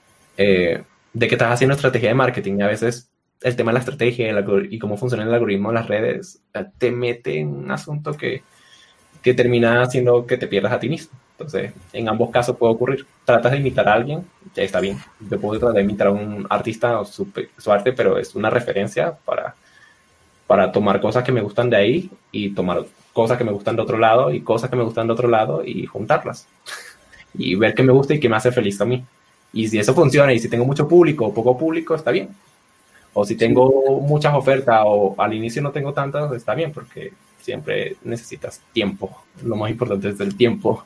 eh, de que estás haciendo estrategia de marketing. Y a veces el tema de la estrategia y cómo funciona el algoritmo de las redes te mete en un asunto que, que termina haciendo que te pierdas a ti mismo. Entonces, en ambos casos puede ocurrir. Tratas de imitar a alguien, ya está bien. Yo puedo tratar de imitar a un artista o su, su arte, pero es una referencia para, para tomar cosas que me gustan de ahí y tomar cosas que me gustan de otro lado y cosas que me gustan de otro lado y juntarlas. Y ver qué me gusta y qué me hace feliz a mí. Y si eso funciona y si tengo mucho público o poco público, está bien. O si tengo muchas ofertas o al inicio no tengo tantas, está bien, porque siempre necesitas tiempo. Lo más importante es el tiempo.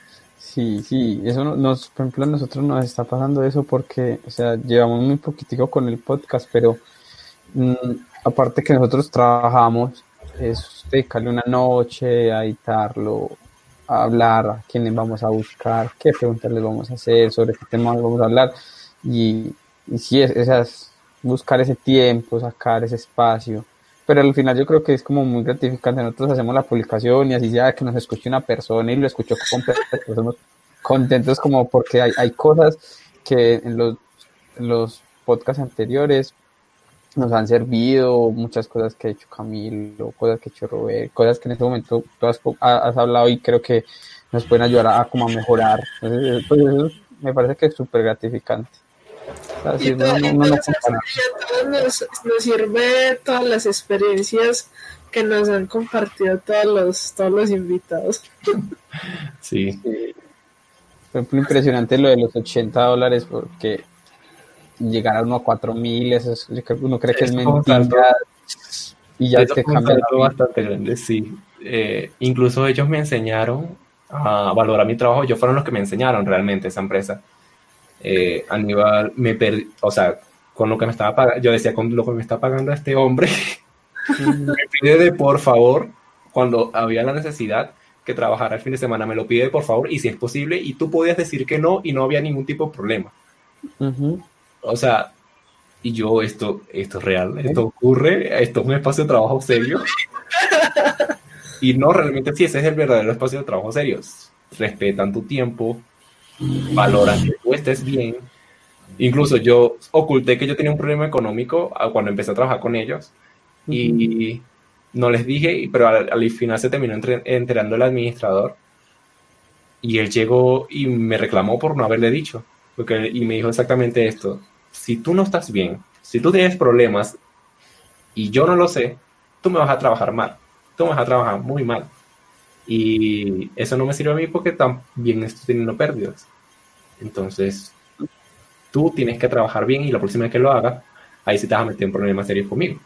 Sí, sí, eso nos, por ejemplo, a nosotros nos está pasando eso porque, o sea, llevamos muy poquitico con el podcast, pero mmm, aparte que nosotros trabajamos, es dedicarle una noche a editarlo, a hablar, a quiénes vamos a buscar, qué preguntas les vamos a hacer, sobre qué temas vamos a hablar, y, y sí, es, es buscar ese tiempo, sacar ese espacio, pero al final yo creo que es como muy gratificante. Nosotros hacemos la publicación y así sea que nos escuche una persona y lo escuchó completo, estamos contentos como porque hay, hay cosas que en los, en los podcasts anteriores nos han servido, muchas cosas que ha hecho Camilo, cosas que ha hecho Robert, cosas que en este momento tú has, has hablado y creo que nos pueden ayudar a, a como a mejorar. Entonces, pues eso me parece que es súper gratificante. O sea, y no, no, no, no entonces, nos, nos sirve todas las experiencias que nos han compartido todos los, todos los invitados. Sí. Sí. Fue impresionante lo de los ochenta dólares porque llegar a uno a cuatro mil, eso es, uno cree que es, es mentira y ya te cambia la vida. Bastante grande, sí. Eh, incluso ellos me enseñaron a valorar mi trabajo. Ellos fueron los que me enseñaron realmente esa empresa. Eh, Aníbal me perdí, o sea, con lo que me estaba pagando, yo decía, con lo que me está pagando este hombre, me pide de por favor, cuando había la necesidad que trabajara el fin de semana, me lo pide de por favor, y si es posible, y tú podías decir que no, y no había ningún tipo de problema. Uh-huh. O sea, y yo, esto, esto es real, esto ocurre, esto es un espacio de trabajo serio, y no, realmente sí, ese es el verdadero espacio de trabajo serio. Respetan tu tiempo, valoran que tú estés bien. Incluso yo oculté que yo tenía un problema económico cuando empecé a trabajar con ellos, uh-huh. y no les dije, pero al, al final se terminó entre, enterando el administrador, y él llegó y me reclamó por no haberle dicho, porque, y me dijo exactamente esto: si tú no estás bien, si tú tienes problemas y yo no lo sé, tú me vas a trabajar mal, tú me vas a trabajar muy mal. Y eso no me sirve a mí porque también estoy teniendo pérdidas. Entonces, tú tienes que trabajar bien y la próxima vez que lo hagas, ahí sí te vas a meter en problemas serios conmigo.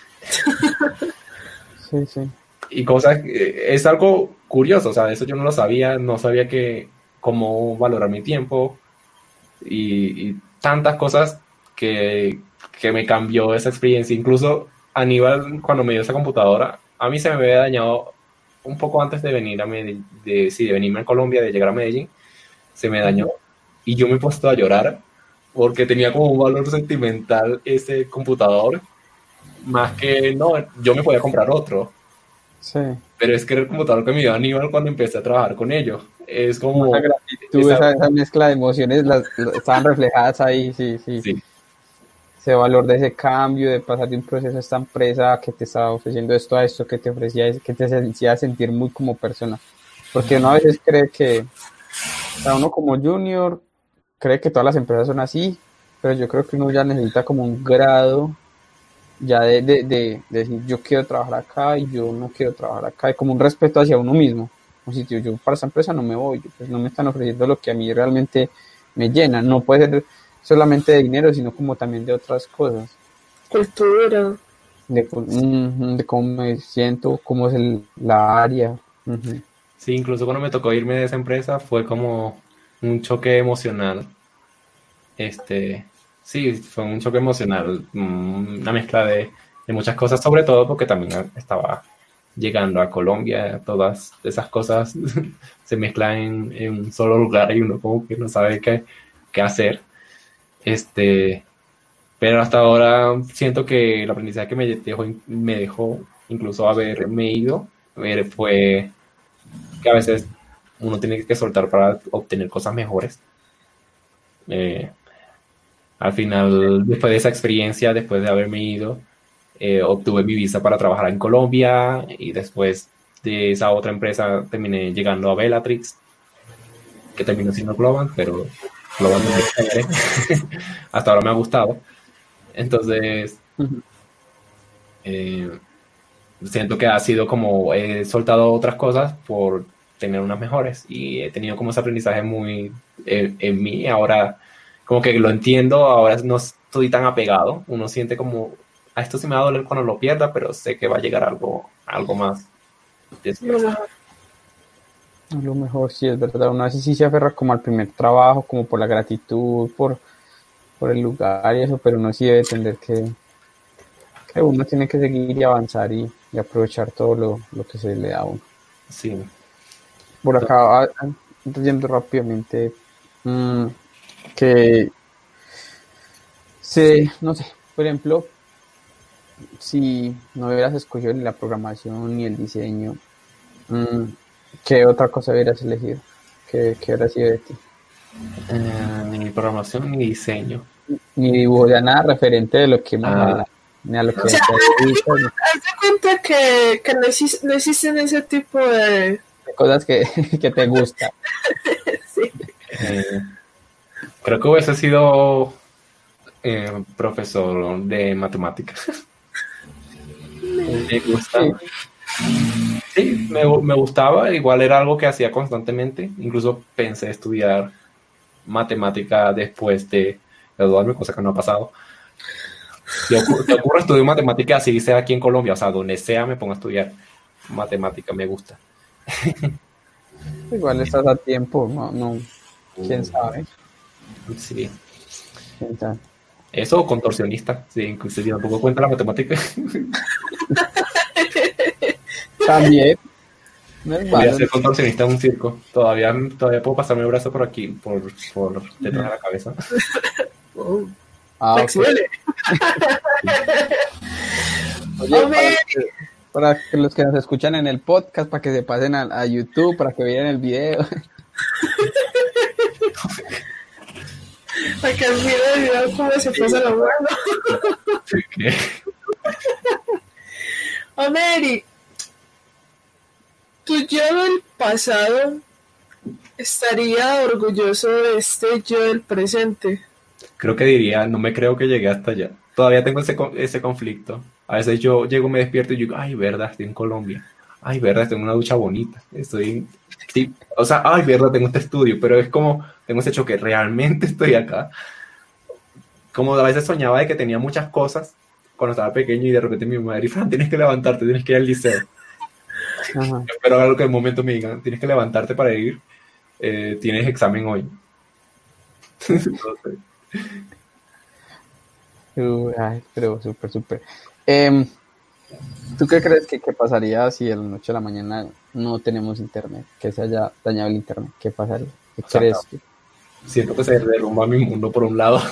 Sí, sí. Y cosas, es algo curioso, o sea, eso yo no lo sabía, no sabía que cómo valorar mi tiempo y, y tantas cosas que, que me cambió esa experiencia. Incluso Aníbal, cuando me dio esa computadora, a mí se me había dañado un poco antes de venir a Medellín, de, sí, de venirme a Colombia, de llegar a Medellín, se me dañó y yo me he puesto a llorar porque tenía como un valor sentimental ese computador, más que no, yo me podía comprar otro. Sí. Pero es que era el computador que me dio Aníbal cuando empecé a trabajar con ellos. Es como una gratitud, esa, esa mezcla de emociones las, las, estaban reflejadas ahí, sí, sí, sí. Ese valor de ese cambio, de pasar de un proceso a esta empresa que te estaba ofreciendo esto a esto, que te ofrecía, que te hacía sentir muy como persona. Porque uno a veces cree que, o sea, uno como junior, cree que todas las empresas son así, pero yo creo que uno ya necesita como un grado ya de, de, de, de decir yo quiero trabajar acá y yo no quiero trabajar acá, y como un respeto hacia uno mismo. Como si yo para esa empresa no me voy, pues no me están ofreciendo lo que a mí realmente me llena. No puede ser, o solamente de dinero, sino como también de otras cosas. Cultura. De, uh, de cómo me siento, cómo es el, la área. Uh-huh. Sí, incluso cuando me tocó irme de esa empresa fue como un choque emocional. Este, sí, fue un choque emocional, una mezcla de, de muchas cosas, sobre todo porque también estaba llegando a Colombia, todas esas cosas se mezclan en, en un solo lugar y uno como que no sabe qué, qué hacer. Este, pero hasta ahora siento que el aprendizaje que me dejó, me dejó incluso haberme ido, fue que a veces uno tiene que soltar para obtener cosas mejores. Eh, al final, después de esa experiencia, después de haberme ido, eh, obtuve mi visa para trabajar en Colombia y después de esa otra empresa terminé llegando a Bellatrix, que terminó siendo Globant, pero Globant no es chévere. Hasta ahora me ha gustado. Entonces, uh-huh. eh, siento que ha sido como he soltado otras cosas por tener unas mejores y he tenido como ese aprendizaje muy eh, en mí. Ahora como que lo entiendo, ahora no estoy tan apegado. Uno siente como, a esto sí me va a doler cuando lo pierda, pero sé que va a llegar algo, algo más después. A lo mejor sí es verdad, uno a veces sí se aferra como al primer trabajo, como por la gratitud, por, por el lugar y eso, pero uno sí debe entender que, que uno tiene que seguir y avanzar y, y aprovechar todo lo, lo que se le da a uno. Sí. Por acá, yendo rápidamente, mmm, que se, no sé, por ejemplo, si no hubieras escogido ni la programación ni el diseño, mmm, ¿qué otra cosa hubieras elegido? ¿Qué, qué hubiera sido de ti? Eh, ni programación ni diseño. Ni dibujo, ya nada referente de lo que hemos ah. hablado, ni a lo que o sea, te gusta. Haz de cuenta que, que no, existe, no existen ese tipo de, de cosas que, que te gustan. Sí. Eh, creo que hubiese sido eh, profesor de matemáticas. Me gusta. Sí, me, me gustaba, igual era algo que hacía constantemente, incluso pensé estudiar matemática después de graduarme, cosa que no ha pasado. Si ocurre, si ocurre estudiar matemática, así sea aquí en Colombia, o sea, donde sea me pongo a estudiar matemática, me gusta. Igual estás a tiempo, no, no, quién sabe. Sí. ¿Quién sabe? Eso o contorsionista, sí, incluso si tampoco cuenta la matemática. También. No es Voy malo. a ser contorsionista en un circo. Todavía, todavía puedo pasarme el brazo por aquí, por, por detrás de la cabeza. Oh. Ah, flexible. Oye, para, que, para que los que nos escuchan en el podcast, para que se pasen a, a YouTube, para que vean el video. Para que el video cómo se pasa la mano. ¿Qué? Omeri, tu yo del pasado estaría orgulloso de este yo del presente. Creo que diría, no me creo que llegué hasta allá. Todavía tengo ese, ese conflicto. A veces yo llego, me despierto y digo, ay, verdad, estoy en Colombia. Ay, verdad, estoy en una ducha bonita. Estoy, sí, o sea, ay, verdad, tengo este estudio. Pero es como, tengo ese choque, realmente estoy acá. Como a veces soñaba de que tenía muchas cosas cuando estaba pequeño y de repente mi madre dice, Fran, tienes que levantarte, tienes que ir al liceo. Ajá. Espero algo que en el momento me digan, tienes que levantarte para ir, eh, tienes examen hoy. No sé. Uh, ay, pero súper, súper. Eh, ¿Tú qué crees que, que pasaría si de la noche a la mañana no tenemos internet? Que se haya dañado el internet. ¿Qué pasaría? ¿Qué o sea, crees? No. Siento que se derrumba mi mundo por un lado.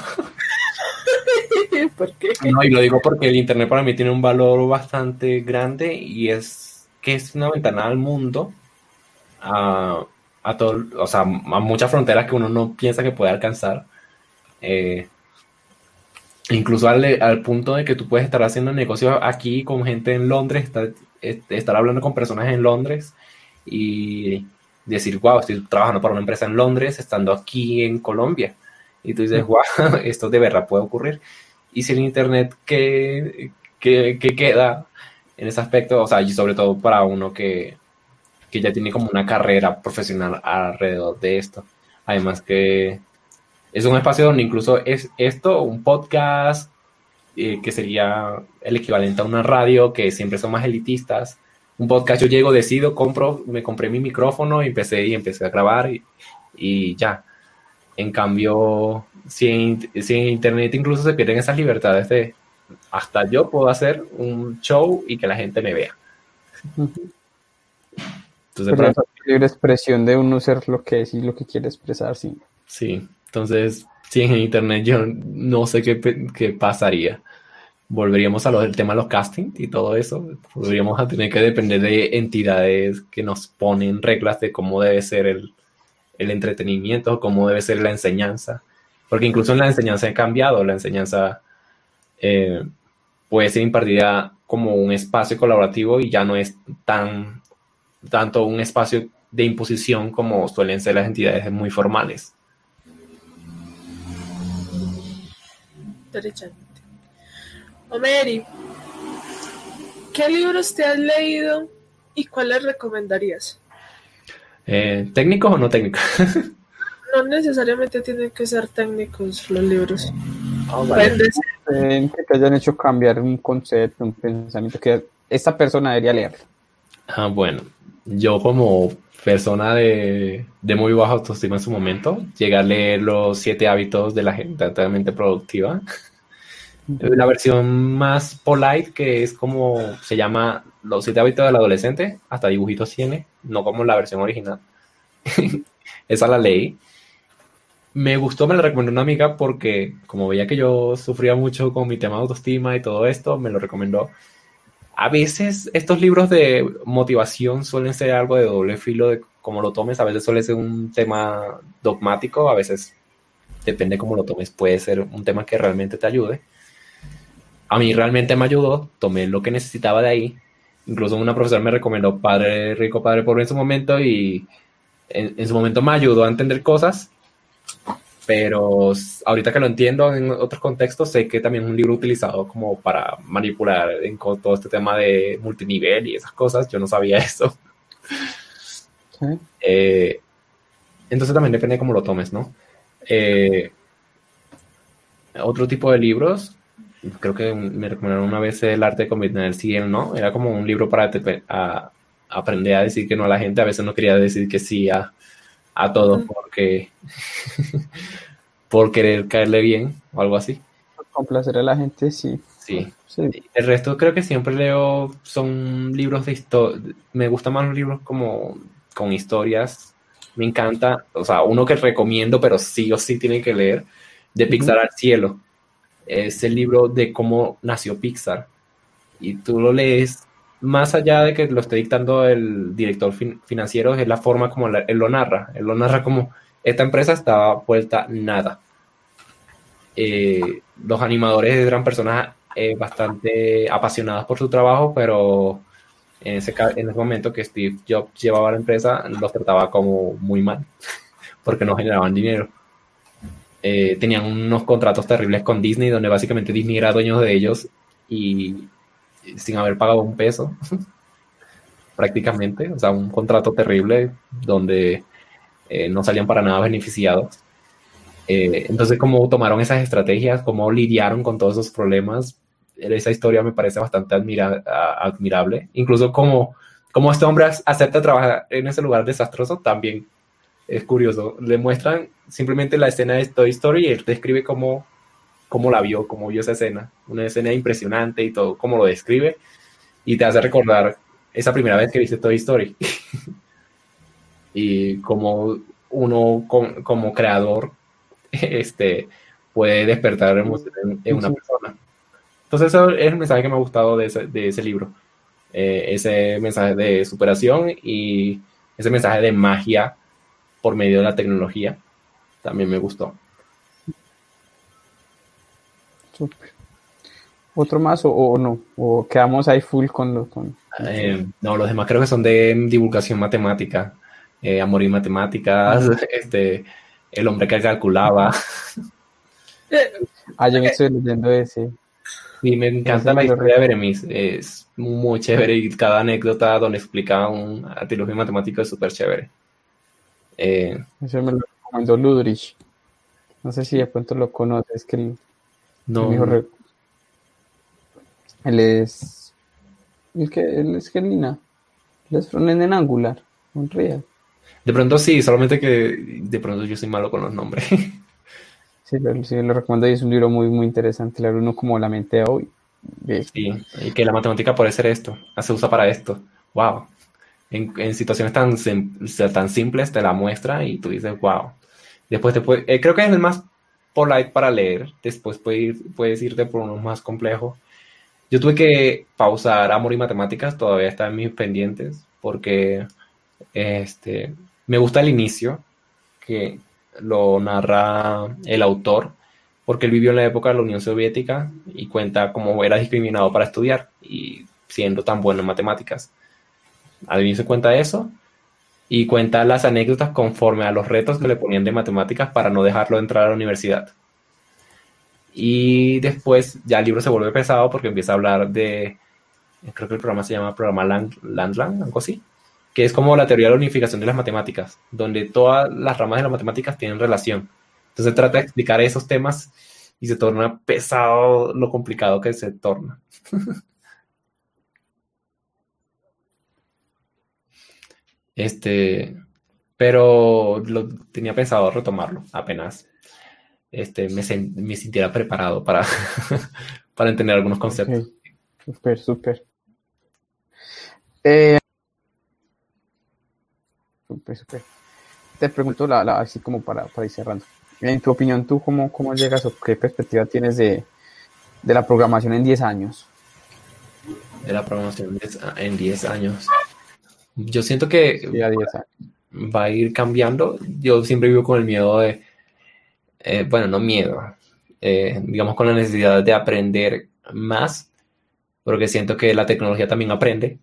¿Por qué? No, y lo digo porque el internet para mí tiene un valor bastante grande y es que es una ventana al mundo, a, a todo, o sea, a muchas fronteras que uno no piensa que puede alcanzar. Eh, incluso al, al punto de que tú puedes estar haciendo negocios aquí con gente en Londres, estar, estar hablando con personas en Londres y decir, wow, estoy trabajando para una empresa en Londres estando aquí en Colombia. Y tú dices, wow, esto de verdad puede ocurrir. Y si el internet, ¿qué, qué, qué queda en ese aspecto? O sea, y sobre todo para uno que, que ya tiene como una carrera profesional alrededor de esto. Además que Es un espacio donde incluso es esto, un podcast, eh, que sería el equivalente a una radio, que siempre son más elitistas. Un podcast, yo llego, decido, compro, me compré mi micrófono y empecé, y empecé a grabar y, y ya. En cambio, si en, si en internet incluso se pierden esas libertades de hasta yo puedo hacer un show y que la gente me vea. Ujú. Entonces, Pero para- esa libre expresión de uno ser lo que es y lo que quiere expresar, sí. sí, entonces, sí, en internet yo no sé qué, pe- qué pasaría. Volveríamos a lo del tema de los castings y todo eso. Volveríamos a tener que depender de entidades que nos ponen reglas de cómo debe ser el, el entretenimiento, cómo debe ser la enseñanza. Porque incluso en la enseñanza he cambiado. La enseñanza eh, puede ser impartida como un espacio colaborativo y ya no es tan tanto un espacio de imposición como suelen ser las entidades muy formales. Derechamente. Omeri, ¿qué libros te has leído y cuáles recomendarías? Eh, ¿Técnicos o no técnicos? No necesariamente tienen que ser técnicos los libros. Oh, vale. Pueden ser- Eh, que te hayan hecho cambiar un concepto, un pensamiento que esta persona debería leer. Ah, bueno, yo como persona de, de muy baja autoestima en su momento, llegué a leer los siete hábitos de la gente altamente productiva. La versión más polite, que es como se llama Los siete hábitos del adolescente, hasta dibujitos tiene, no como la versión original. Esa la leí. Me gustó, me la recomendó una amiga porque como veía que yo sufría mucho con mi tema de autoestima y todo esto, me lo recomendó. A veces estos libros de motivación suelen ser algo de doble filo de cómo lo tomes. A veces suele ser un tema dogmático, a veces depende cómo lo tomes. Puede ser un tema que realmente te ayude. A mí realmente me ayudó, tomé lo que necesitaba de ahí. Incluso una profesora me recomendó Padre Rico, Padre Pobre en su momento y en, en su momento me ayudó a entender cosas. Pero ahorita que lo entiendo en otros contextos, sé que también es un libro utilizado como para manipular en todo este tema de multinivel y esas cosas. Yo no sabía eso. ¿Sí? Eh, entonces también depende de cómo lo tomes, ¿no? Eh, otro tipo de libros, creo que me recomendaron una vez El arte de combinar el sí y el no. Era como un libro para te, a, a aprender a decir que no a la gente. A veces no quería decir que sí a, a todo porque... por querer caerle bien o algo así. Complacer a la gente, sí. Sí. Sí. El resto creo que siempre leo, son libros de historia. Me gustan más los libros como con historias. Me encanta, o sea, uno que recomiendo, pero sí o sí tienen que leer, De Pixar al cielo. Es el libro de cómo nació Pixar. Y tú lo lees, más allá de que lo esté dictando el director fin- financiero, es la forma como la- él lo narra. Él lo narra como esta empresa estaba vuelta nada. Eh, los animadores eran personas eh, bastante apasionadas por su trabajo, pero en ese, ca- en ese momento que Steve Jobs llevaba la empresa, los trataba como muy mal, porque no generaban dinero. Eh, tenían unos contratos terribles con Disney, donde básicamente Disney era dueño de ellos y sin haber pagado un peso, prácticamente. O sea, un contrato terrible donde eh, no salían para nada beneficiados. Eh, entonces, cómo tomaron esas estrategias, cómo lidiaron con todos esos problemas, esa historia me parece bastante admira a, admirable. Incluso como, como este hombre acepta trabajar en ese lugar desastroso, también es curioso. Le muestran simplemente la escena de Toy Story y él describe cómo, cómo la vio, cómo vio esa escena. Una escena impresionante y todo, cómo lo describe y te hace recordar esa primera vez que viste Toy Story. Y como uno con, como creador este, puede despertar emociones en, en una persona. Entonces eso es el mensaje que me ha gustado de ese, de ese libro. Eh, ese mensaje de superación y ese mensaje de magia por medio de la tecnología también me gustó. Súper. ¿Otro más o, o no? ¿O quedamos ahí full con los... Con... Eh, no, los demás creo que son de divulgación matemática. Eh, Amor y Matemáticas, este, El hombre que calculaba. Ah, yo me estoy leyendo ese. Sí, me encanta la historia de Berenice, es muy chévere y cada anécdota donde explica un artilugio matemático es súper chévere. Eh, Ese me lo recomendó Ludrich. No sé si de pronto lo conoces, que él, No, mi hijo no. re- él es, el que, él es Gelina, él es frontend en Angular, un Real. De pronto sí, solamente que de pronto yo soy malo con los nombres. Sí, lo, sí, lo recomiendo y es un libro muy, muy interesante, le abre uno como la mente de hoy. Ve, Sí, y que la matemática puede ser esto, se usa para esto. Wow. En, en situaciones tan, sim- o sea, tan simples te la muestra y tú dices, wow. Después te puede, eh, creo que es el más polite para leer. Después puede ir- puedes irte por unos más complejos. Yo tuve que pausar Amor y Matemáticas, todavía está en mis pendientes, porque este, me gusta el inicio, que lo narra el autor, porque él vivió en la época de la Unión Soviética y cuenta cómo era discriminado para estudiar y siendo tan bueno en matemáticas. Al inicio cuenta eso y cuenta las anécdotas conforme a los retos que le ponían de matemáticas para no dejarlo entrar a la universidad. Y después ya el libro se vuelve pesado porque empieza a hablar de, creo que el programa se llama programa Land- Landland, algo así, que es como la teoría de la unificación de las matemáticas, donde todas las ramas de las matemáticas tienen relación. Entonces trata de explicar esos temas y se torna pesado lo complicado que se torna. Este, pero lo, tenía pensado retomarlo apenas este, me, sen- me sintiera preparado para, para entender algunos ok, conceptos. súper, súper. Eh, súper, súper. Te pregunto, la, la- así como para, para ir cerrando. En tu opinión, ¿tú cómo, cómo llegas o qué perspectiva tienes de, de la programación en diez años? De la programación diez en diez años. Yo siento que Sí, a diez años. va a ir cambiando. Yo siempre vivo con el miedo de, eh, bueno, no miedo, eh, digamos con la necesidad de aprender más, porque siento que la tecnología también aprende.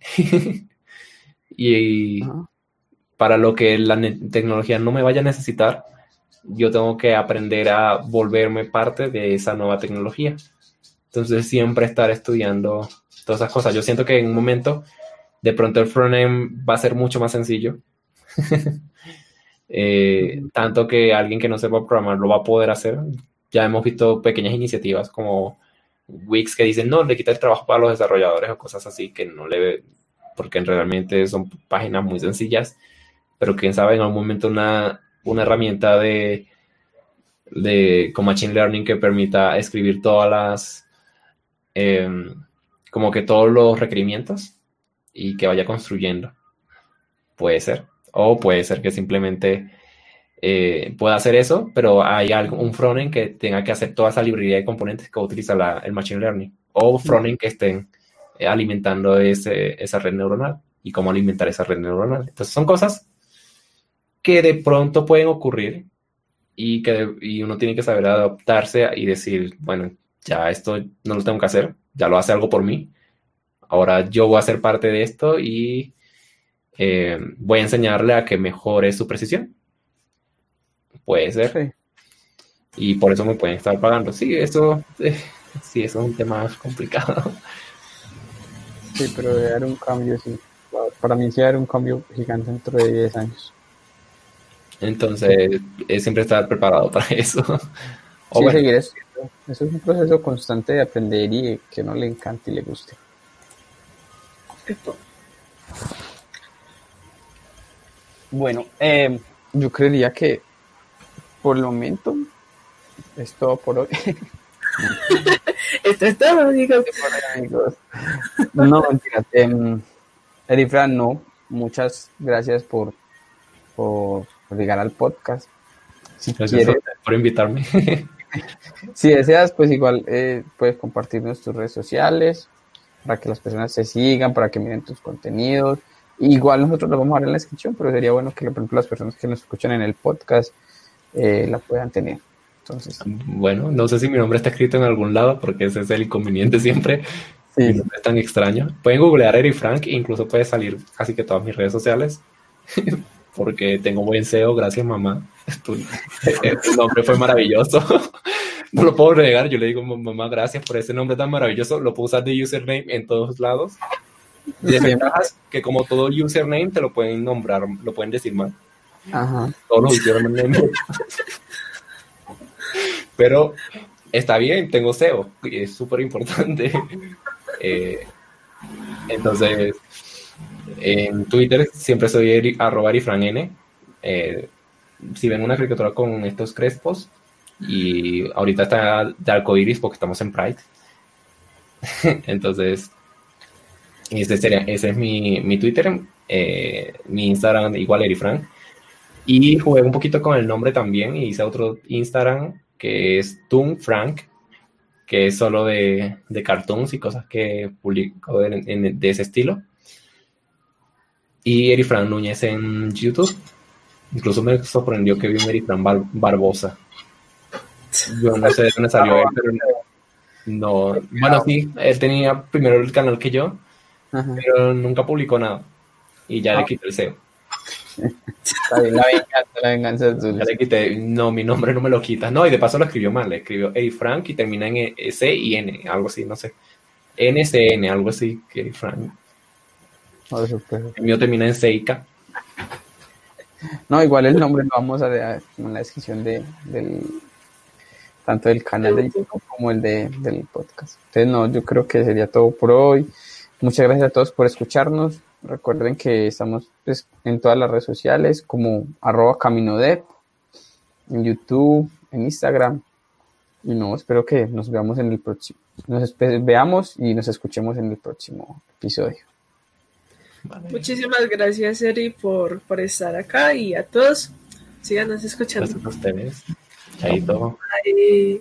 Y Ajá. para lo que la ne- tecnología no me vaya a necesitar, yo tengo que aprender a volverme parte de esa nueva tecnología. Entonces siempre estar estudiando todas esas cosas. Yo siento que en un momento, de pronto el frontend va a ser mucho más sencillo. Eh, Ujú. tanto que alguien que no sepa programar lo va a poder hacer. Ya hemos visto pequeñas iniciativas como Wix que dicen, no, le quita el trabajo para los desarrolladores o cosas así que no le... porque realmente son páginas muy sencillas, pero quién sabe en algún momento una, una herramienta de, de con Machine Learning que permita escribir todas las... eh, como que todos los requerimientos y que vaya construyendo. Puede ser. O puede ser que simplemente eh, pueda hacer eso, pero hay algo, un frontend que tenga que hacer toda esa librería de componentes que utiliza la, el Machine Learning. O frontend que estén eh, alimentando ese, esa red neuronal y cómo alimentar esa red neuronal. Entonces son cosas que de pronto pueden ocurrir y que y uno tiene que saber adaptarse y decir, bueno, ya esto no lo tengo que hacer, ya lo hace algo por mí. Ahora yo voy a ser parte de esto y eh, voy a enseñarle a que mejore su precisión. Puede ser. Sí, Y por eso me pueden estar pagando. Sí, eso, eh, sí, eso es un tema complicado. sí, pero debe haber un cambio, sí. Para mí sí debe haber un cambio gigante dentro de diez años. Que Entonces, es siempre estar preparado para eso. O sí, bueno, seguir estudiando. Eso es un proceso constante de aprender y que no le encante y le guste. Esto. Bueno, eh, yo creería que por el momento es todo por hoy. Esto es todo, amigos. Amigos. No, mentira. Eh, Erifran, no. Muchas gracias por, por, por llegar al podcast. Si gracias a quieres, ustedes por invitarme. si deseas, pues igual eh, puedes compartirnos tus redes sociales para que las personas te sigan, para que miren tus contenidos. Igual nosotros lo vamos a dar en la descripción, pero sería bueno que, por ejemplo, las personas que nos escuchan en el podcast eh, la puedan tener. Entonces, Bueno, no sé si mi nombre está escrito en algún lado, porque ese es el inconveniente siempre. Mi sí, nombre es tan extraño. Pueden googlear Eri Frank, incluso puede salir casi que todas mis redes sociales, porque tengo buen S E O, gracias mamá. Tu, tu nombre fue maravilloso. No lo puedo negar, yo le digo, mamá, gracias por ese nombre tan maravilloso. Lo puedo usar de username en todos lados. Desventajas que como todo username te lo pueden nombrar, lo pueden decir mal. ajá. Todos los usernames. Pero está bien, tengo S E O, y es súper importante. Eh, entonces, en Twitter siempre soy eri, arroba erifrann. Eh, si ven una caricatura con estos crespos, y ahorita está de arcoiris porque estamos en Pride. Entonces, ese, sería, ese es mi, mi Twitter, eh, mi Instagram igual erifran. Y jugué un poquito con el nombre también y hice otro Instagram que es toonfrank, que es solo de, de cartoons y cosas que publico de, de, de ese estilo. Y Erifran Núñez en YouTube. Incluso me sorprendió que vi un Erifran Bar Barbosa. Yo no sé de dónde salió él, pero no. Bueno, sí, él tenía primero el canal que yo, ajá, pero nunca publicó nada. Y ya ah. le quité el S E O. Está bien, la venganza, la venganza es dulce. Ya le quité, no, mi nombre no me lo quitas. No, y de paso lo escribió mal, le escribió Erifrank y termina en S y N, algo así, no sé. N C N, algo así que Erifrank. Oh, el mío termina en C I K. No, igual el nombre lo vamos a dejar en la descripción de, del tanto del canal de YouTube como el de, del podcast. Entonces, no, yo creo que sería todo por hoy. Muchas gracias a todos por escucharnos. Recuerden que estamos pues, en todas las redes sociales como arroba caminodev, en YouTube, en Instagram. Y no, espero que nos veamos en el próximo. Nos veamos y nos escuchemos en el próximo episodio. Vale. Muchísimas gracias, Eri, por, por estar acá y a todos. Síganos escuchando. Gracias a ustedes. Chaito. Bye.